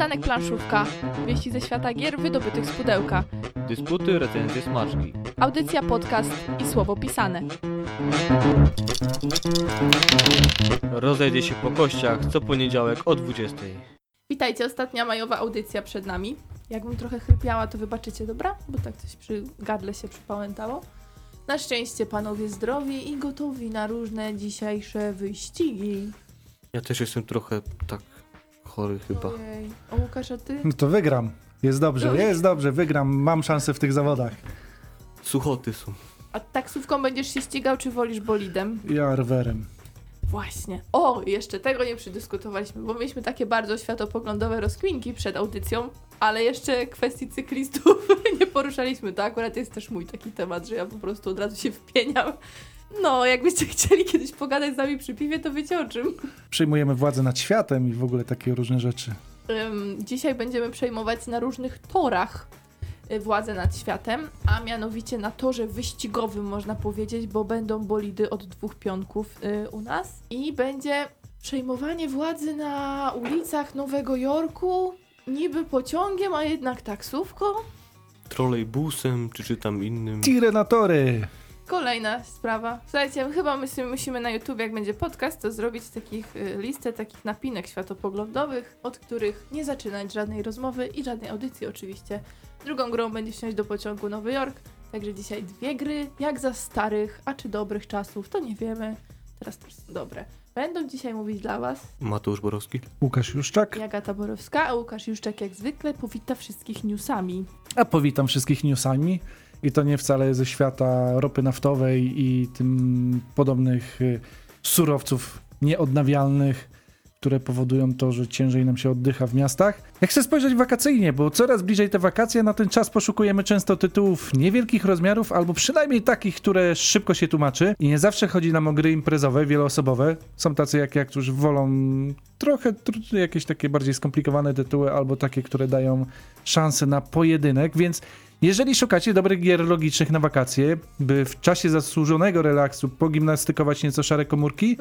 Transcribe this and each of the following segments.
Przystanek planszówka. Wieści ze świata gier wydobytych z pudełka. Dysputy, recenzje, smaczki. Audycja, podcast i słowo pisane. Rozejdzie się po kościach co poniedziałek o 20:00. Witajcie, ostatnia majowa audycja przed nami. Jakbym trochę chrypiała, to wybaczycie, dobra? Bo tak coś przy gardle się przypałętało. Na szczęście panowie zdrowi i gotowi na różne dzisiejsze wyścigi. Ja też jestem trochę tak chory chyba. Ojej. O Łukasz, a ty? No to wygram. Jest dobrze, wygram. Mam szansę w tych zawodach. Suchoty są. A taksówką będziesz się ścigał, czy wolisz bolidem? Ja rowerem. Właśnie. O, jeszcze tego nie przedyskutowaliśmy, bo mieliśmy takie bardzo światopoglądowe rozkminki przed audycją, ale jeszcze kwestii cyklistów nie poruszaliśmy. To akurat jest też mój taki temat, że ja po prostu od razu się wpieniam. No, jakbyście chcieli kiedyś pogadać z nami przy piwie, to wiecie o czym. Przejmujemy władzę nad światem i w ogóle takie różne rzeczy. Dzisiaj będziemy przejmować na różnych torach władzę nad światem, a mianowicie na torze wyścigowym można powiedzieć, bo będą bolidy od 2 pionków u nas i będzie przejmowanie władzy na ulicach Nowego Jorku, niby pociągiem, a jednak taksówką. Trolejbusem, czy tam innym. Tiry na tory! Kolejna sprawa. Słuchajcie, chyba musimy na YouTube, jak będzie podcast, to zrobić listę takich napinek światopoglądowych, od których nie zaczynać żadnej rozmowy i żadnej audycji oczywiście. Drugą grą będzie wsiąść do pociągu Nowy Jork, także dzisiaj 2 gry, jak za starych, a czy dobrych czasów, to nie wiemy. Teraz też są dobre. Będą dzisiaj mówić dla was Mateusz Borowski. Łukasz Juszczak. Agata Borowska, a Łukasz Juszczak jak zwykle powita wszystkich newsami. A powitam wszystkich newsami. I to nie wcale ze świata ropy naftowej i tym podobnych surowców nieodnawialnych, które powodują to, że ciężej nam się oddycha w miastach. Ja chcę spojrzeć wakacyjnie, bo coraz bliżej te wakacje, na ten czas poszukujemy często tytułów niewielkich rozmiarów, albo przynajmniej takich, które szybko się tłumaczy. I nie zawsze chodzi nam o gry imprezowe, wieloosobowe. Są tacy jak ja, którzy wolą trochę jakieś takie bardziej skomplikowane tytuły, albo takie, które dają szansę na pojedynek, więc jeżeli szukacie dobrych gier logicznych na wakacje, by w czasie zasłużonego relaksu pogimnastykować nieco szare komórki,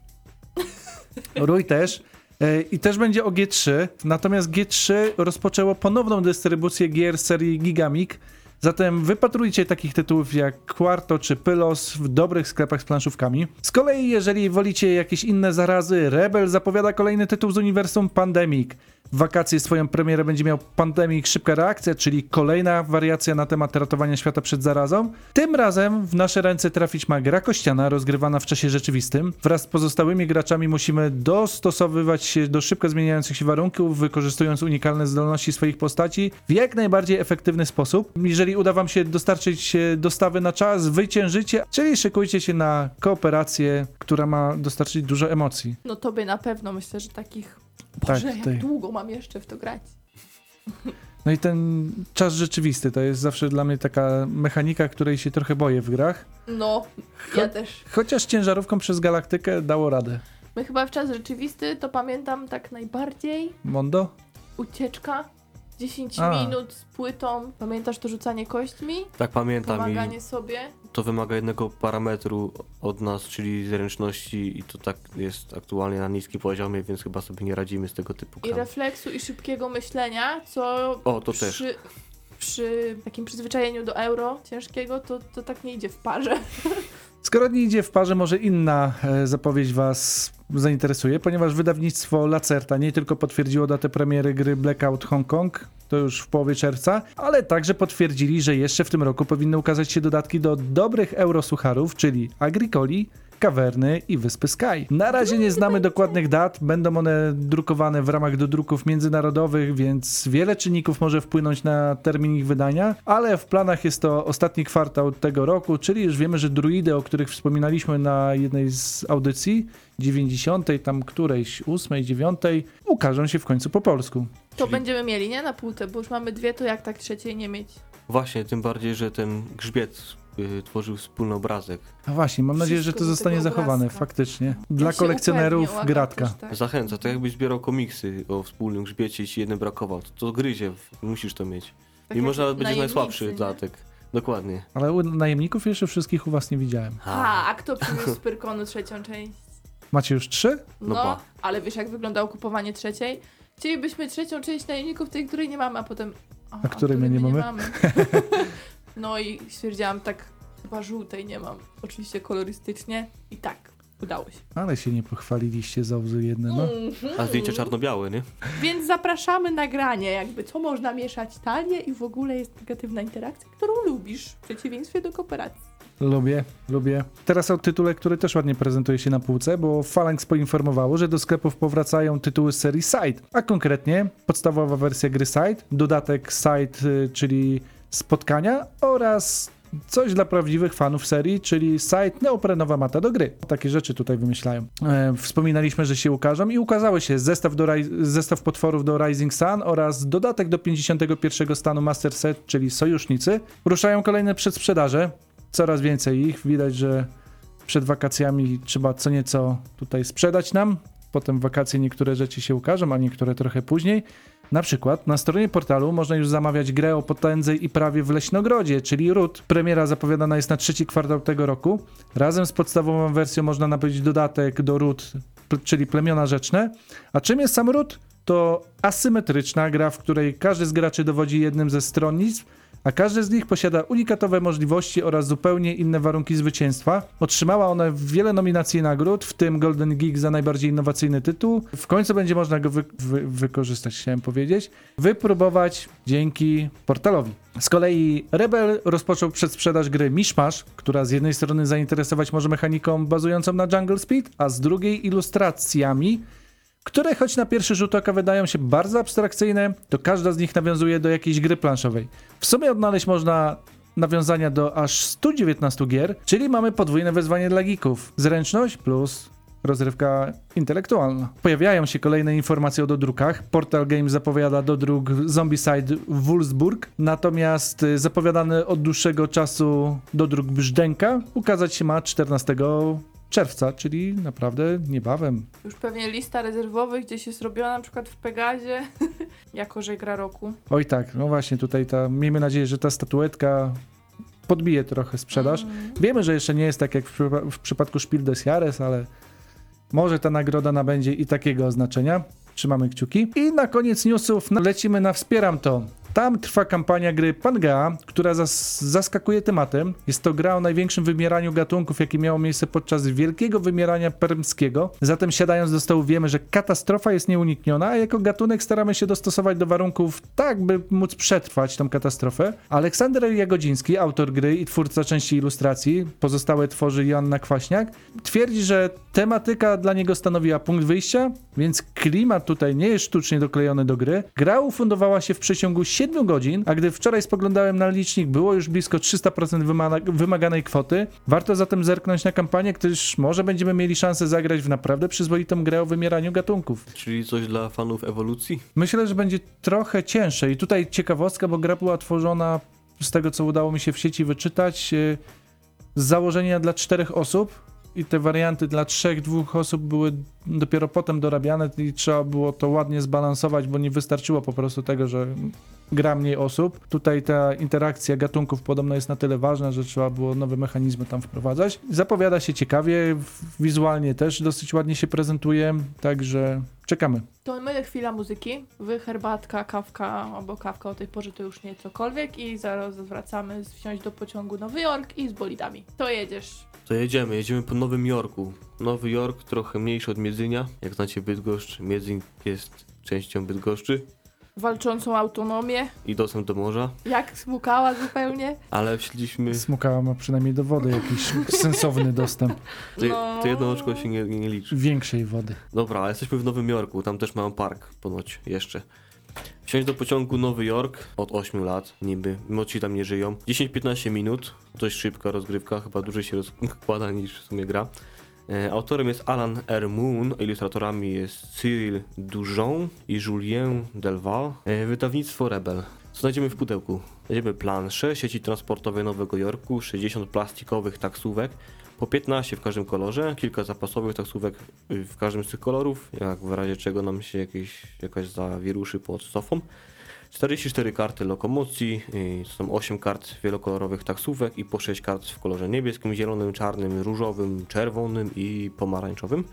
Rój też. I też będzie o G3. Natomiast G3 rozpoczęło ponowną dystrybucję gier z serii Gigamic. Zatem wypatrujcie takich tytułów jak Quarto czy Pylos w dobrych sklepach z planszówkami. Z kolei, jeżeli wolicie jakieś inne zarazy, Rebel zapowiada kolejny tytuł z uniwersum Pandemic. W wakacje swoją premierę będzie miał Pandemic Szybka Reakcja, czyli kolejna wariacja na temat ratowania świata przed zarazą. Tym razem w nasze ręce trafić ma gra kościana rozgrywana w czasie rzeczywistym. Wraz z pozostałymi graczami musimy dostosowywać się do szybko zmieniających się warunków, wykorzystując unikalne zdolności swoich postaci w jak najbardziej efektywny sposób. Jeżeli uda wam się dostarczyć dostawy na czas, wyciężycie, czyli szykujcie się na kooperację, która ma dostarczyć dużo emocji. No tobie na pewno, myślę, że takich... Boże, Tak, jak długo mam jeszcze w to grać. No i ten czas rzeczywisty to jest zawsze dla mnie taka mechanika, której się trochę boję w grach. No, ja też. Chociaż ciężarówką przez galaktykę dało radę. My chyba w czas rzeczywisty to pamiętam tak najbardziej Mondo? ucieczka, 10 A. minut z płytą. Pamiętasz to rzucanie kośćmi? Tak pamiętam Pomaganie i sobie? to wymaga jednego parametru od nas, czyli zręczności i to tak jest aktualnie na niskim poziomie, więc chyba sobie nie radzimy z tego typu I grami. refleksu i szybkiego myślenia, co O, to też. przy takim przyzwyczajeniu do euro ciężkiego, to tak nie idzie w parze. Skoro nie idzie w parze, może inna zapowiedź was zainteresuje, ponieważ wydawnictwo Lacerta nie tylko potwierdziło datę premiery gry Blackout Hong Kong, to już w połowie czerwca, ale także potwierdzili, że jeszcze w tym roku powinny ukazać się dodatki do dobrych eurosucharów, czyli Agricoli, Kawerny i Wyspy Sky. Na razie nie znamy dokładnych dat, będą one drukowane w ramach dodruków międzynarodowych, więc wiele czynników może wpłynąć na termin ich wydania, ale w planach jest to ostatni kwartał tego roku, czyli już wiemy, że druidy, o których wspominaliśmy na jednej z audycji, 90, tam którejś, 8, 9, ukażą się w końcu po polsku. To Czyli- będziemy mieli, nie? Na półce, bo już mamy 2, to jak tak trzeciej nie mieć? Właśnie, tym bardziej, że ten grzbiet tworzył wspólny obrazek. A właśnie, mam nadzieję, że Wszystko to do zostanie tego zachowane, obrazka. faktycznie. Ja Dla się kolekcjonerów upewnię, gratka. Agaty, tak. Zachęca, to jakbyś zbierał komiksy o wspólnym grzbiecie i ci jeden brakował, to gryzie, musisz to mieć. Tak Mimo, jak że nawet będziesz najemnicy, najsłabszy nie? dodatek. Dokładnie. Ale u najemników jeszcze wszystkich u was nie widziałem. A kto przyniósł z Pyrkonu 3. część? Macie już 3? No No, ba. ale wiesz jak wyglądało kupowanie 3? Chcielibyśmy trzecią część Najemników, tej, której nie mamy, a potem... A której my nie mamy? No i stwierdziłam tak, chyba żółtej nie mam. Oczywiście kolorystycznie i tak, udało się. Ale się nie pochwaliliście za łzy jedne, no. A zdjęcie czarno-białe, nie? Więc zapraszamy nagranie, jakby co można mieszać talię i w ogóle jest negatywna interakcja, którą lubisz, w przeciwieństwie do kooperacji. Lubię. Teraz o tytule, który też ładnie prezentuje się na półce, bo Phalanx poinformowało, że do sklepów powracają tytuły z serii Side, a konkretnie podstawowa wersja gry Side, dodatek Side, czyli spotkania oraz coś dla prawdziwych fanów serii, czyli Side neoprenowa mata do gry. Takie rzeczy tutaj wymyślają. Wspominaliśmy, że się ukażą i ukazały się zestaw potworów do Rising Sun oraz dodatek do 51 stanu Master Set, czyli Sojusznicy. Ruszają kolejne przedsprzedaże. Coraz więcej ich. Widać, że przed wakacjami trzeba co nieco tutaj sprzedać nam. Potem w wakacje niektóre rzeczy się ukażą, a niektóre trochę później. Na przykład na stronie portalu można już zamawiać grę o potędze i prawie w Leśnogrodzie, czyli Root. Premiera zapowiadana jest na 3. kwartał tego roku. Razem z podstawową wersją można nabyć dodatek do Root, czyli Plemiona Rzeczne. A czym jest sam Root? To asymetryczna gra, w której każdy z graczy dowodzi jednym ze stronnictw, a każdy z nich posiada unikatowe możliwości oraz zupełnie inne warunki zwycięstwa. Otrzymała ona wiele nominacji i nagród, w tym Golden Geek za najbardziej innowacyjny tytuł. W końcu będzie można go wykorzystać, chciałem powiedzieć, wypróbować dzięki portalowi. Z kolei Rebel rozpoczął przedsprzedaż gry Mishmash, która z jednej strony zainteresować może mechaniką bazującą na Jungle Speed, a z drugiej ilustracjami, które choć na pierwszy rzut oka wydają się bardzo abstrakcyjne, to każda z nich nawiązuje do jakiejś gry planszowej. W sumie odnaleźć można nawiązania do aż 119 gier, czyli mamy podwójne wyzwanie dla geeków. Zręczność plus rozrywka intelektualna. Pojawiają się kolejne informacje o dodrukach. Portal Games zapowiada dodruk Zombicide Wolfsburg, natomiast zapowiadany od dłuższego czasu dodruk Brzdęka ukazać się ma 14 czerwca, czyli naprawdę niebawem. Już pewnie lista rezerwowych gdzieś jest robiona, na przykład w Pegazie, jako że gra roku. Oj tak, no właśnie tutaj miejmy nadzieję, że ta statuetka podbije trochę sprzedaż. Wiemy, że jeszcze nie jest tak jak w przypadku Spiel des Jahres, ale może ta nagroda nabędzie i takiego oznaczenia. Trzymamy kciuki. I na koniec newsów lecimy na Wspieram to. Tam trwa kampania gry Pangea, która zaskakuje tematem. Jest to gra o największym wymieraniu gatunków, jakie miało miejsce podczas wielkiego wymierania permskiego. Zatem siadając do stołu wiemy, że katastrofa jest nieunikniona, a jako gatunek staramy się dostosować do warunków tak, by móc przetrwać tą katastrofę. Aleksander Jagodziński, autor gry i twórca części ilustracji, pozostałe tworzy Joanna Kwaśniak, twierdzi, że tematyka dla niego stanowiła punkt wyjścia, więc klimat tutaj nie jest sztucznie doklejony do gry. Gra ufundowała się w przeciągu 7 godzin, a gdy wczoraj spoglądałem na licznik, było już blisko 300% wymaganej kwoty. Warto zatem zerknąć na kampanię, gdyż może będziemy mieli szansę zagrać w naprawdę przyzwoitą grę o wymieraniu gatunków. Czyli coś dla fanów ewolucji? Myślę, że będzie trochę cięższe i tutaj ciekawostka, bo gra była tworzona, z tego co udało mi się w sieci wyczytać, z założenia dla 4 osób. I te warianty dla 3-2 osób były dopiero potem dorabiane i trzeba było to ładnie zbalansować, bo nie wystarczyło po prostu tego, że gra mniej osób. Tutaj ta interakcja gatunków podobno jest na tyle ważna, że trzeba było nowe mechanizmy tam wprowadzać. Zapowiada się ciekawie, wizualnie też dosyć ładnie się prezentuje, także czekamy. To my chwila muzyki, wy herbatka, kawka, albo kawka o tej porze to już nie cokolwiek i zaraz wracamy wsiąść do pociągu Nowy Jork i z bolidami. To jedziesz. To jedziemy po Nowym Jorku. Nowy Jork trochę mniejszy od Miedzynia. Jak znacie Bydgoszcz, Miedzyn jest częścią Bydgoszczy Walczącą autonomię, i dostęp do morza, jak smukała zupełnie. ale wślizliśmy... Smukała ma przynajmniej do wody jakiś sensowny dostęp. To jedno oczko się nie liczy. Większej wody. Dobra, ale jesteśmy w Nowym Jorku, tam też mają park ponoć jeszcze. Wsiąść do pociągu Nowy Jork od 8 lat, niby, młodsi tam nie żyją. 10-15 minut, dość szybka rozgrywka, chyba dłużej się rozkłada niż w sumie gra. Autorem jest Alan R. Moon, ilustratorami jest Cyril Dujon i Julien Delval. Wydawnictwo Rebel. Co znajdziemy w pudełku? Znajdziemy planszę sieci transportowej Nowego Jorku, 60 plastikowych taksówek, po 15 w każdym kolorze, kilka zapasowych taksówek w każdym z tych kolorów, jak w razie czego nam się jakaś zawieruszy pod sofą. 44 karty lokomocji, to są 8 kart wielokolorowych taksówek i po 6 kart w kolorze niebieskim, zielonym, czarnym, różowym, czerwonym i pomarańczowym.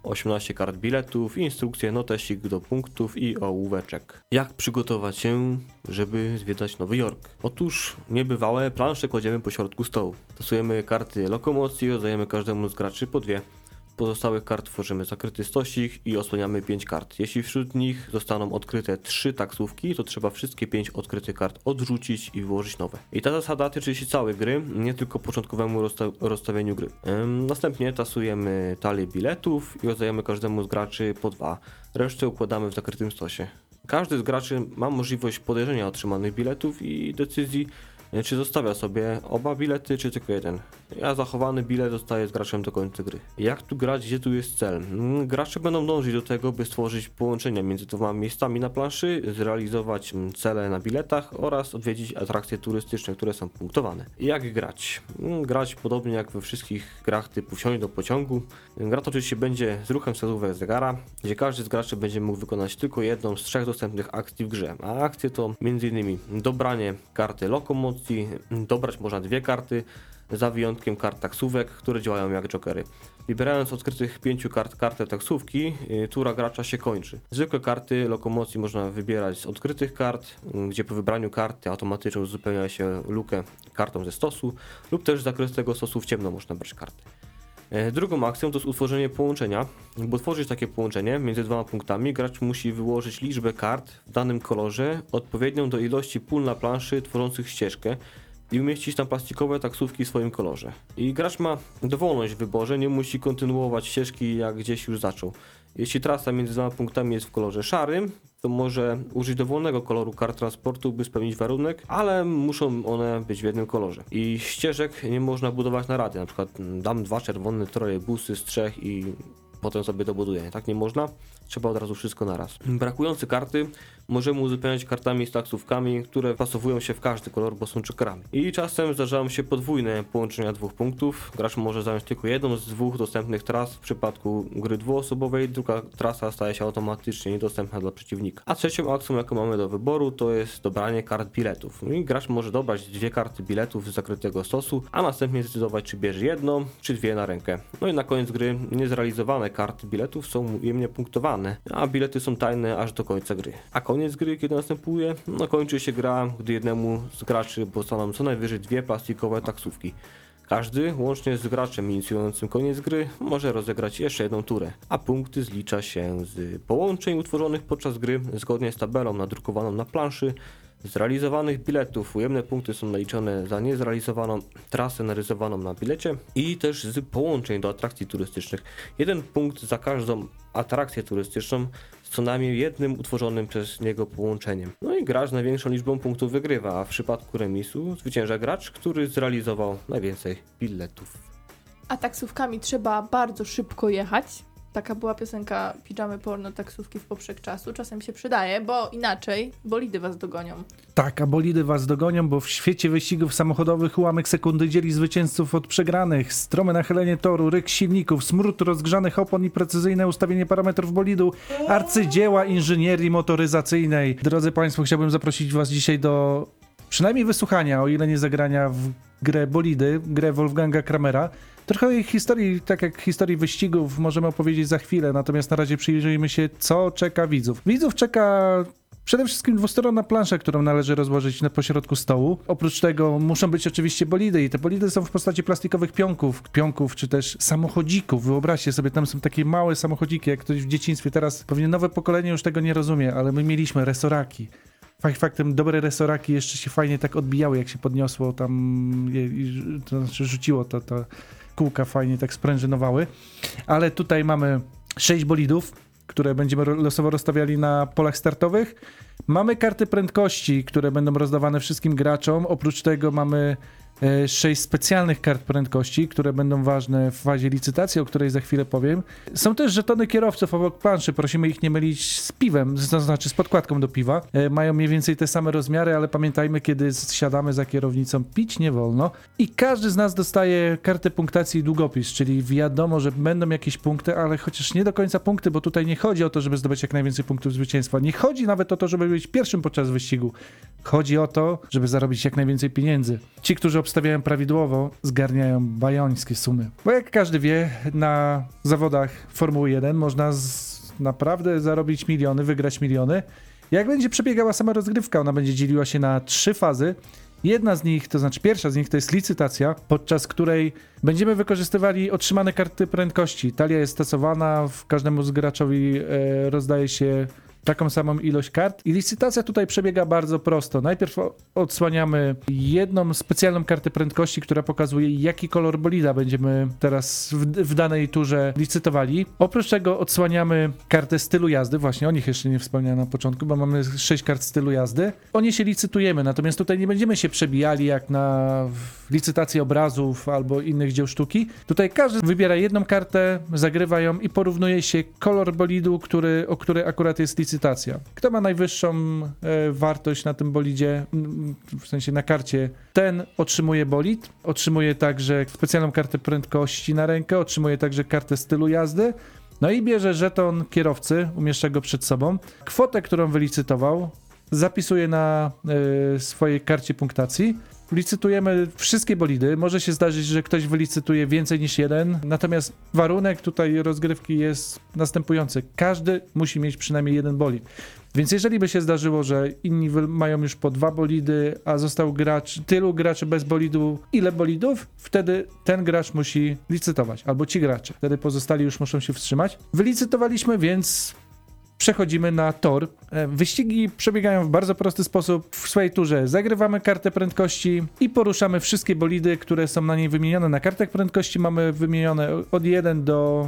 18 kart biletów, instrukcje, notesik do punktów i ołóweczek. Jak przygotować się, żeby zwiedzać Nowy Jork? Otóż niebywałe plansze kładziemy po środku stołu. Stosujemy karty lokomocji, rozdajemy każdemu z graczy po 2. Pozostałych kart tworzymy zakryty stosik i osłaniamy 5 kart. Jeśli wśród nich zostaną odkryte 3 taksówki, to trzeba wszystkie 5 odkrytych kart odrzucić i wyłożyć nowe. I ta zasada tyczy się całej gry, nie tylko początkowemu rozstawieniu gry. Następnie tasujemy talię biletów i rozdajemy każdemu z graczy po 2. Resztę układamy w zakrytym stosie. Każdy z graczy ma możliwość podejrzenia otrzymanych biletów i decyzji, czy zostawia sobie oba bilety, czy tylko jeden. Ja zachowany bilet zostaje z graczem do końca gry. Jak tu grać, gdzie tu jest cel? Gracze będą dążyć do tego, by stworzyć połączenia między dwoma miejscami na planszy, zrealizować cele na biletach oraz odwiedzić atrakcje turystyczne, które są punktowane. Jak grać? Grać podobnie jak we wszystkich grach typu wsiąść do pociągu. Gra to oczywiście będzie z ruchem wskazówek zegara, gdzie każdy z graczy będzie mógł wykonać tylko jedną z 3 dostępnych akcji w grze. A akcje to m.in. dobranie karty lokomocji, dobrać można 2 karty, za wyjątkiem kart taksówek, które działają jak jokery. Wybierając z odkrytych 5 kart kartę taksówki, tura gracza się kończy. Zwykłe karty lokomocji można wybierać z odkrytych kart, gdzie po wybraniu karty automatycznie uzupełnia się lukę kartą ze stosu, lub też z zakrytego stosu w ciemno można brać karty. Drugą akcją to jest utworzenie połączenia. By utworzyć takie połączenie między 2 punktami, gracz musi wyłożyć liczbę kart w danym kolorze odpowiednią do ilości pól na planszy tworzących ścieżkę i umieścić tam plastikowe taksówki w swoim kolorze. I gracz ma dowolność w wyborze, nie musi kontynuować ścieżki jak gdzieś już zaczął. Jeśli trasa między 2 punktami jest w kolorze szarym, to może użyć dowolnego koloru kart transportu, by spełnić warunek, ale muszą one być w jednym kolorze. I ścieżek nie można budować na raty, na przykład dam 2 czerwone trolejbusy z 3 i potem sobie dobuduję. Tak nie można, trzeba od razu wszystko naraz. Brakujące karty możemy uzupełniać kartami z taksówkami, które pasowują się w każdy kolor, bo są jokerami. I czasem zdarzają się podwójne połączenia 2 punktów. Gracz może zająć tylko jedną z 2 dostępnych tras. W przypadku gry dwuosobowej druga trasa staje się automatycznie niedostępna dla przeciwnika. A trzecią akcją, jaką mamy do wyboru, to jest dobranie kart biletów. I gracz może dobrać 2 karty biletów z zakrytego stosu, a następnie zdecydować, czy bierze jedną, czy 2 na rękę. No i na koniec gry niezrealizowane karty biletów są ujemnie punktowane, a bilety są tajne aż do końca gry. A koniec gry, kiedy następuje? No kończy się gra, gdy jednemu z graczy pozostaną co najwyżej 2 plastikowe taksówki. Każdy, łącznie z graczem inicjującym koniec gry, może rozegrać jeszcze jedną turę, a punkty zlicza się z połączeń utworzonych podczas gry zgodnie z tabelą nadrukowaną na planszy, zrealizowanych biletów. Ujemne punkty są naliczone za niezrealizowaną trasę narysowaną na bilecie i też z połączeń do atrakcji turystycznych. 1 punkt za każdą atrakcję turystyczną z co najmniej jednym utworzonym przez niego połączeniem. No i gracz z największą liczbą punktów wygrywa, a w przypadku remisu zwycięża gracz, który zrealizował najwięcej biletów. A taksówkami trzeba bardzo szybko jechać. Taka była piosenka Pijamy Porno taksówki w poprzek czasu. Czasem się przydaje, bo inaczej bolidy was dogonią. Tak, a bolidy was dogonią, bo w świecie wyścigów samochodowych ułamek sekundy dzieli zwycięzców od przegranych. Strome nachylenie toru, ryk silników, smród rozgrzanych opon i precyzyjne ustawienie parametrów bolidu. Arcydzieła inżynierii motoryzacyjnej. Drodzy Państwo, chciałbym zaprosić was dzisiaj do przynajmniej wysłuchania, o ile nie zagrania w grę Bolidy, grę Wolfganga Kramera. Trochę o ich historii, tak jak historii wyścigów, możemy opowiedzieć za chwilę, natomiast na razie przyjrzyjmy się, co czeka widzów. Widzów czeka przede wszystkim dwustronna plansza, którą należy rozłożyć na pośrodku stołu. Oprócz tego muszą być oczywiście bolidy i te bolidy są w postaci plastikowych pionków czy też samochodzików. Wyobraźcie sobie, tam są takie małe samochodziki, jak ktoś w dzieciństwie, teraz pewnie nowe pokolenie już tego nie rozumie, ale my mieliśmy resoraki. Faktem dobre resoraki jeszcze się fajnie tak odbijały, jak się podniosło tam, to znaczy rzuciło to kółka fajnie tak sprężynowały. Ale tutaj mamy 6 bolidów, które będziemy losowo rozstawiali na polach startowych. Mamy karty prędkości, które będą rozdawane wszystkim graczom. Oprócz tego mamy 6 specjalnych kart prędkości, które będą ważne w fazie licytacji, o której za chwilę powiem. Są też żetony kierowców obok planszy, prosimy ich nie mylić z piwem, to znaczy z podkładką do piwa. Mają mniej więcej te same rozmiary, ale pamiętajmy, kiedy siadamy za kierownicą, pić nie wolno. I każdy z nas dostaje kartę punktacji i długopis, czyli wiadomo, że będą jakieś punkty, ale chociaż nie do końca punkty, bo tutaj nie chodzi o to, żeby zdobyć jak najwięcej punktów zwycięstwa. Nie chodzi nawet o to, żeby być pierwszym podczas wyścigu. Chodzi o to, żeby zarobić jak najwięcej pieniędzy. Ci, którzy obstawiają prawidłowo, zgarniają bajońskie sumy. Bo jak każdy wie, na zawodach Formuły 1 można naprawdę zarobić miliony, wygrać miliony. Jak będzie przebiegała sama rozgrywka, ona będzie dzieliła się na 3 fazy. Jedna z nich, to znaczy pierwsza z nich, to jest licytacja, podczas której będziemy wykorzystywali otrzymane karty prędkości. Talia jest stosowana, każdemu z graczowi rozdaje się taką samą ilość kart i licytacja tutaj przebiega bardzo prosto. Najpierw odsłaniamy jedną specjalną kartę prędkości, która pokazuje, jaki kolor bolida będziemy teraz w danej turze licytowali. Oprócz tego odsłaniamy kartę stylu jazdy, właśnie o nich jeszcze nie wspomniałem na początku, bo mamy 6 kart stylu jazdy. O nie się licytujemy, natomiast tutaj nie będziemy się przebijali jak na licytacji obrazów albo innych dzieł sztuki. Tutaj każdy wybiera jedną kartę, zagrywa ją i porównuje się kolor bolidu, o który akurat jest licytacja. Kto ma najwyższą wartość na tym bolidzie, w sensie na karcie, ten otrzymuje bolid, otrzymuje także specjalną kartę prędkości na rękę, otrzymuje także kartę stylu jazdy, no i bierze żeton kierowcy, umieszcza go przed sobą, kwotę, którą wylicytował, zapisuje na swojej karcie punktacji. Licytujemy wszystkie bolidy. Może się zdarzyć, że ktoś wylicytuje więcej niż jeden, natomiast warunek tutaj rozgrywki jest następujący. Każdy musi mieć przynajmniej jeden bolid. Więc jeżeli by się zdarzyło, że inni mają już po 2 bolidy, a został tylu graczy bez bolidu, ile bolidów? Wtedy ten gracz musi licytować, albo ci gracze. Wtedy pozostali już muszą się wstrzymać. Wylicytowaliśmy, więc przechodzimy na tor. Wyścigi przebiegają w bardzo prosty sposób. W swojej turze zagrywamy kartę prędkości i poruszamy wszystkie bolidy, które są na niej wymienione. Na kartach prędkości mamy wymienione od 1 do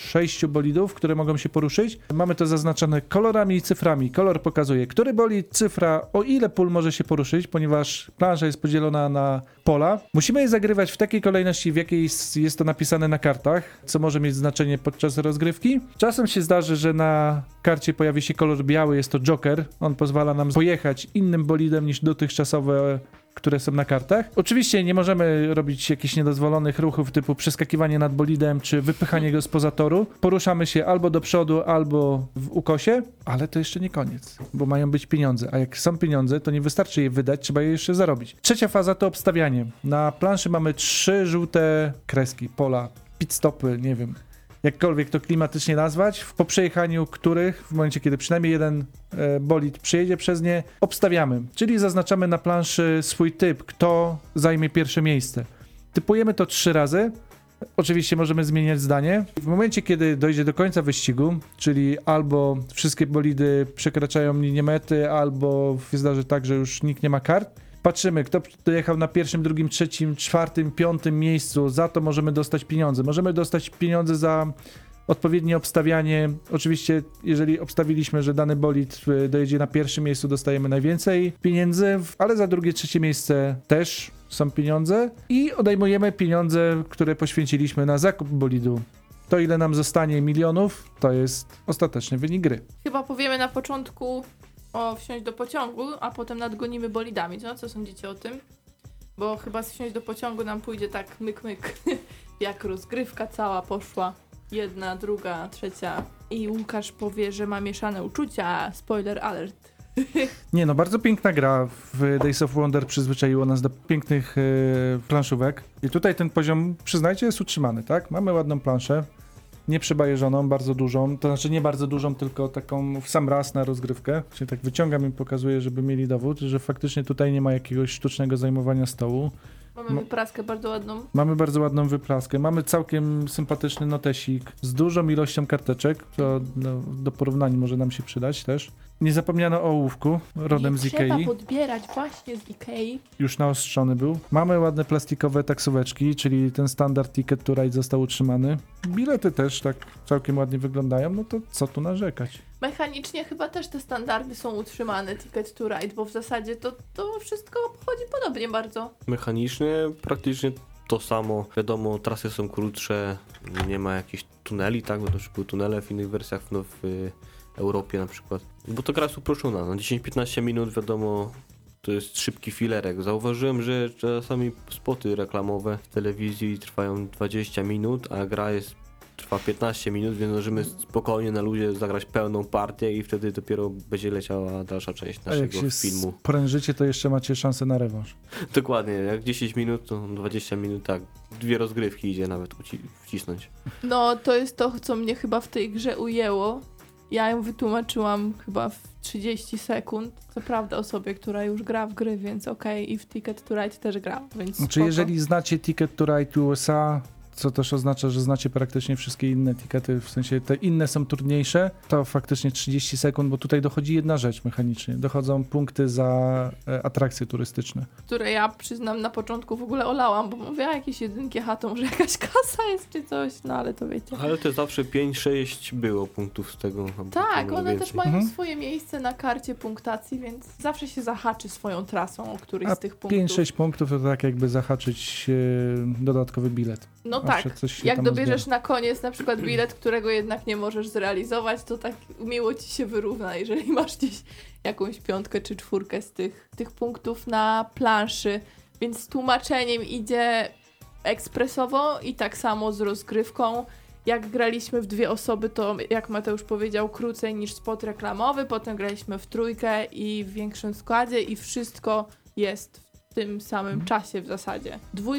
6 bolidów, które mogą się poruszyć. Mamy to zaznaczone kolorami i cyframi. Kolor pokazuje, który bolid, cyfra, o ile pól może się poruszyć, ponieważ plansza jest podzielona na pola. Musimy je zagrywać w takiej kolejności, w jakiej jest to napisane na kartach, co może mieć znaczenie podczas rozgrywki. Czasem się zdarzy, że na karcie pojawi się kolor biały, jest to joker. On pozwala nam pojechać innym bolidem niż dotychczasowe, które są na kartach. Oczywiście nie możemy robić jakichś niedozwolonych ruchów typu przeskakiwanie nad bolidem czy wypychanie go spoza toru. Poruszamy się albo do przodu, albo w ukosie, ale to jeszcze nie koniec, bo mają być pieniądze, a jak są pieniądze, to nie wystarczy je wydać, trzeba je jeszcze zarobić. Trzecia faza to obstawianie. Na planszy mamy 3 żółte kreski, pola, pit stopy, nie wiem, jakkolwiek to klimatycznie nazwać, po przejechaniu których, w momencie kiedy przynajmniej jeden bolid przejedzie przez nie, obstawiamy, czyli zaznaczamy na planszy swój typ, kto zajmie pierwsze miejsce. Typujemy to 3 razy, oczywiście możemy zmieniać zdanie. W momencie, kiedy dojdzie do końca wyścigu, czyli albo wszystkie bolidy przekraczają linię mety, albo zdarzy tak, że już nikt nie ma kart, patrzymy, kto dojechał na 1., 2., 3., 4., 5. miejscu, za to możemy dostać pieniądze. Możemy dostać pieniądze za odpowiednie obstawianie. Oczywiście, jeżeli obstawiliśmy, że dany bolid dojedzie na 1. miejscu, dostajemy najwięcej pieniędzy, ale za 2., 3. miejsce też są pieniądze i odejmujemy pieniądze, które poświęciliśmy na zakup bolidu. To, ile nam zostanie milionów, to jest ostateczny wynik gry. Chyba powiemy na początku wsiąść do pociągu, a potem nadgonimy bolidami. No, co sądzicie o tym? Bo chyba wsiąść do pociągu nam pójdzie tak myk, jak rozgrywka cała poszła. 1, 2, 3 i Łukasz powie, że ma mieszane uczucia. Spoiler alert. Nie no, bardzo piękna gra w Days of Wonder przyzwyczaiła nas do pięknych planszówek. I tutaj ten poziom, przyznajcie, jest utrzymany, tak? Mamy ładną planszę, nieprzebajeżoną, bardzo dużą, to znaczy nie bardzo dużą, tylko taką w sam raz na rozgrywkę. Czyli tak wyciągam i pokazuję, żeby mieli dowód, że faktycznie tutaj nie ma jakiegoś sztucznego zajmowania stołu. Mamy wypraskę bardzo ładną. Mamy bardzo ładną wypraskę. Mamy całkiem sympatyczny notesik z dużą ilością karteczek, to do porównania może nam się przydać też. Nie zapomniano o ołówku, rodem z Ikei. Trzeba podbierać właśnie z Ikei. Już naostrzony był. Mamy ładne plastikowe taksóweczki, czyli ten standard Ticket to Ride został utrzymany. Bilety też tak całkiem ładnie wyglądają, no to co tu narzekać. Mechanicznie chyba też te standardy są utrzymane, Ticket to Ride, bo w zasadzie to wszystko chodzi podobnie bardzo. Mechanicznie praktycznie to samo. Wiadomo, trasy są krótsze, nie ma jakichś tuneli, tak? Bo to już były tunele w innych wersjach w Europie na przykład. Bo to gra jest uproszczona. No 10-15 minut, wiadomo, to jest szybki filerek. Zauważyłem, że czasami spoty reklamowe w telewizji trwają 20 minut, a gra trwa 15 minut, więc możemy spokojnie na luzie zagrać pełną partię i wtedy dopiero będzie leciała dalsza część A jak naszego się filmu. sprężycie, to jeszcze macie szansę na rewanż. Dokładnie, jak 10 minut, to 20 minut, tak. 2 rozgrywki idzie nawet wcisnąć. No, to jest to, co mnie chyba w tej grze ujęło. Ja ją wytłumaczyłam chyba w 30 sekund. Co prawda osobie, która już gra w gry, więc okej. I w Ticket to Ride też gra, więc Znaczy, spoko. jeżeli znacie Ticket to Ride USA, co też oznacza, że znacie praktycznie wszystkie inne tikety, w sensie te inne są trudniejsze, to faktycznie 30 sekund, bo tutaj dochodzi jedna rzecz mechanicznie. Dochodzą punkty za atrakcje turystyczne. Które ja przyznam na początku w ogóle olałam, bo mówię, a jakieś jedynki, to może jakaś kasa jest czy coś, no ale to wiecie. Ale to zawsze 5-6 było punktów z tego. Tak, było one więcej. też mają Mhm. swoje miejsce na karcie punktacji, więc zawsze się zahaczy swoją trasą o któryś A z tych punktów. 5-6 punktów to tak jakby zahaczyć dodatkowy bilet. No Zawsze tak, coś się jak tam dobierzesz zbiera. na koniec na przykład bilet, którego jednak nie możesz zrealizować, to tak miło ci się wyrówna, jeżeli masz gdzieś jakąś 5 czy 4 z tych punktów na planszy, więc z tłumaczeniem idzie ekspresowo i tak samo z rozgrywką. Jak graliśmy w 2 osoby, to jak Mateusz powiedział, krócej niż spot reklamowy, potem graliśmy w 3 i w większym składzie i wszystko jest w tym samym czasie w zasadzie.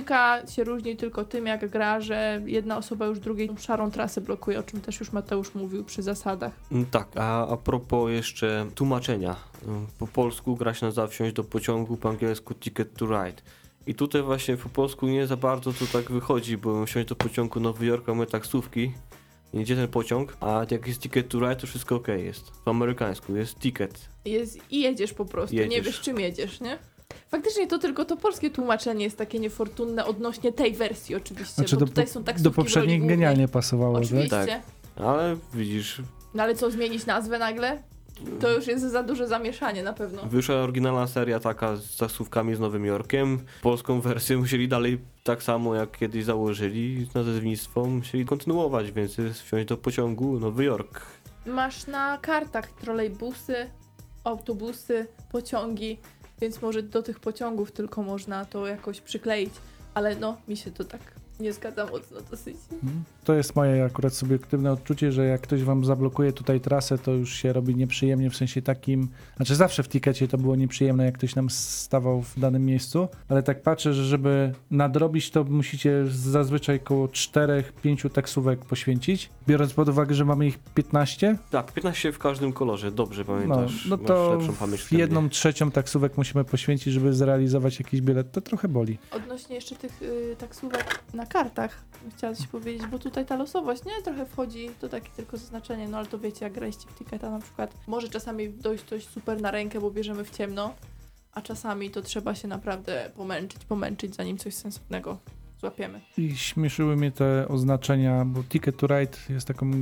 2 się różni tylko tym, jak gra, że jedna osoba już drugiej szarą trasę blokuje, o czym też już Mateusz mówił przy zasadach. Tak, a propos jeszcze tłumaczenia. Po polsku gra się nazywa Wsiąść do pociągu, po angielsku Ticket to Ride. I tutaj właśnie po polsku nie za bardzo to tak wychodzi, bo wsiąść do pociągu Nowy Jork, mamy taksówki, gdzie ten pociąg, a jak jest Ticket to Ride, to wszystko okej jest. Po amerykańsku jest ticket. I jedziesz po prostu, nie Jedziesz. wiesz czym jedziesz, nie? Faktycznie to tylko to polskie tłumaczenie jest takie niefortunne odnośnie tej wersji oczywiście, Znaczy bo tutaj są taksówki do w roli poprzednich głównej. genialnie pasowało, tak? Oczywiście. Tak. Ale widzisz, No ale co, zmienić nazwę nagle? To już jest za duże zamieszanie na pewno. wyszła oryginalna seria taka z taksówkami z Nowym Jorkiem. Polską wersję musieli dalej tak samo jak kiedyś założyli, nazewnictwo musieli kontynuować, więc jest wsiąść do pociągu Nowy Jork. Masz na kartach trolejbusy, autobusy, pociągi, więc może do tych pociągów tylko można to jakoś przykleić, ale no, mi się to tak nie zgadza mocno dosyć. To jest moje akurat subiektywne odczucie, że jak ktoś wam zablokuje tutaj trasę, to już się robi nieprzyjemnie, w sensie takim, znaczy zawsze w tikecie to było nieprzyjemne, jak ktoś nam stawał w danym miejscu, ale tak patrzę, że żeby nadrobić, to musicie zazwyczaj około 4-5 taksówek poświęcić, biorąc pod uwagę, że mamy ich 15, Tak, 15 w każdym kolorze, dobrze pamiętasz. no Masz to lepszą pamięć w 1/3 taksówek musimy poświęcić, żeby zrealizować jakiś bilet, to trochę boli. Odnośnie jeszcze tych taksówek na kartach, chciałam coś powiedzieć, bo tutaj ta losowość, nie? Trochę wchodzi, to takie tylko zaznaczenie, no ale to wiecie, jak graliście w Ticketa na przykład, może czasami dojść coś super na rękę, bo bierzemy w ciemno, a czasami to trzeba się naprawdę pomęczyć, zanim coś sensownego złapiemy. I śmieszyły mnie te oznaczenia, bo Ticket to Ride jest taką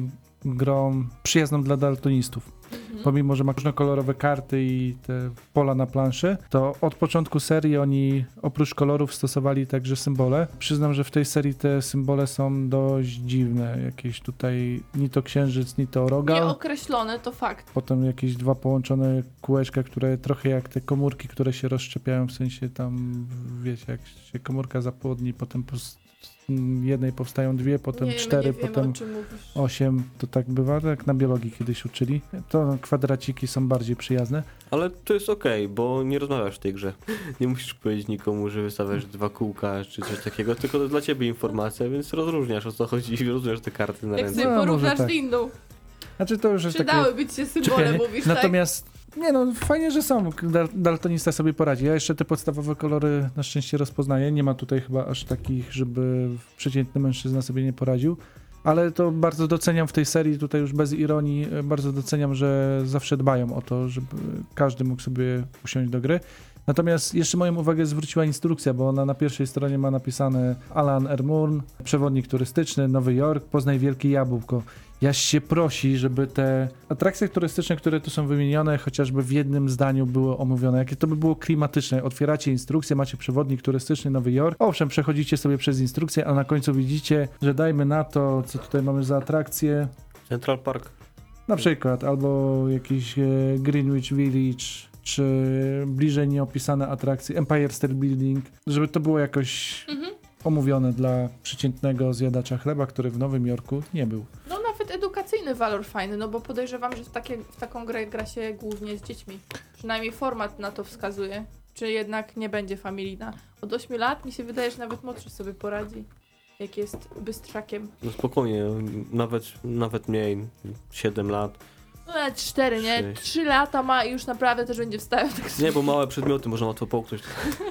grą przyjazną dla daltonistów. Pomimo, że ma różnokolorowe karty i te pola na planszy, to od początku serii oni oprócz kolorów stosowali także symbole. Przyznam, że w tej serii te symbole są dość dziwne. Jakieś tutaj ni to księżyc, ni to rogal. Nieokreślone to fakt. Potem jakieś 2 połączone kółeczka, które trochę jak te komórki, które się rozszczepiają, w sensie tam, wiecie, jak się komórka zapłodni, potem jednej powstają 2, potem nie, 4, nie wiemy, potem o czym mówisz. 8, to tak bywa, jak na biologii kiedyś uczyli. To kwadraciki są bardziej przyjazne. Ale to jest okej, bo nie rozmawiasz w tej grze. Nie musisz powiedzieć nikomu, że wystawiasz 2 kółka czy coś takiego, tylko to jest dla ciebie informacja, więc rozróżniasz o co chodzi i rozróżniasz te karty na Jak ręce. sobie No, porównasz może tak. z inną, Znaczy to już jest takie przydałyby ci się symbole, czepianie. mówisz, tak? Natomiast nie no, fajnie, że są. Daltonista sobie poradzi. Ja jeszcze te podstawowe kolory na szczęście rozpoznaję. Nie ma tutaj chyba aż takich, żeby przeciętny mężczyzna sobie nie poradził. Ale to bardzo doceniam w tej serii, tutaj już bez ironii, bardzo doceniam, że zawsze dbają o to, żeby każdy mógł sobie usiąść do gry. Natomiast jeszcze moją uwagę zwróciła instrukcja, bo ona na pierwszej stronie ma napisane Alan R. Moore, przewodnik turystyczny, Nowy Jork, poznaj Wielkie Jabłko. Jaś się prosi, żeby te atrakcje turystyczne, które tu są wymienione, chociażby w jednym zdaniu były omówione. Jakie to by było klimatyczne. Otwieracie instrukcję, macie przewodnik turystyczny Nowy Jork. Owszem, przechodzicie sobie przez instrukcję, a na końcu widzicie, że dajmy na to, co tutaj mamy za atrakcje. Central Park. Na przykład, albo jakiś Greenwich Village, czy bliżej nieopisane atrakcje, Empire State Building, żeby to było jakoś omówione dla przeciętnego zjadacza chleba, który w Nowym Jorku nie był. No nawet edukacyjny walor fajny, no bo podejrzewam, że w taką grę gra się głównie z dziećmi. Przynajmniej format na to wskazuje. Czy jednak nie będzie familijna. Od 8 lat mi się wydaje, że nawet młodszy sobie poradzi. Jak jest bystrzakiem. No spokojnie, nawet mniej, 7 lat. No nawet 4, nie? 6. 3 lata ma i już naprawdę też będzie wstawiał tak. Nie, bo małe przedmioty można łatwo połknąć.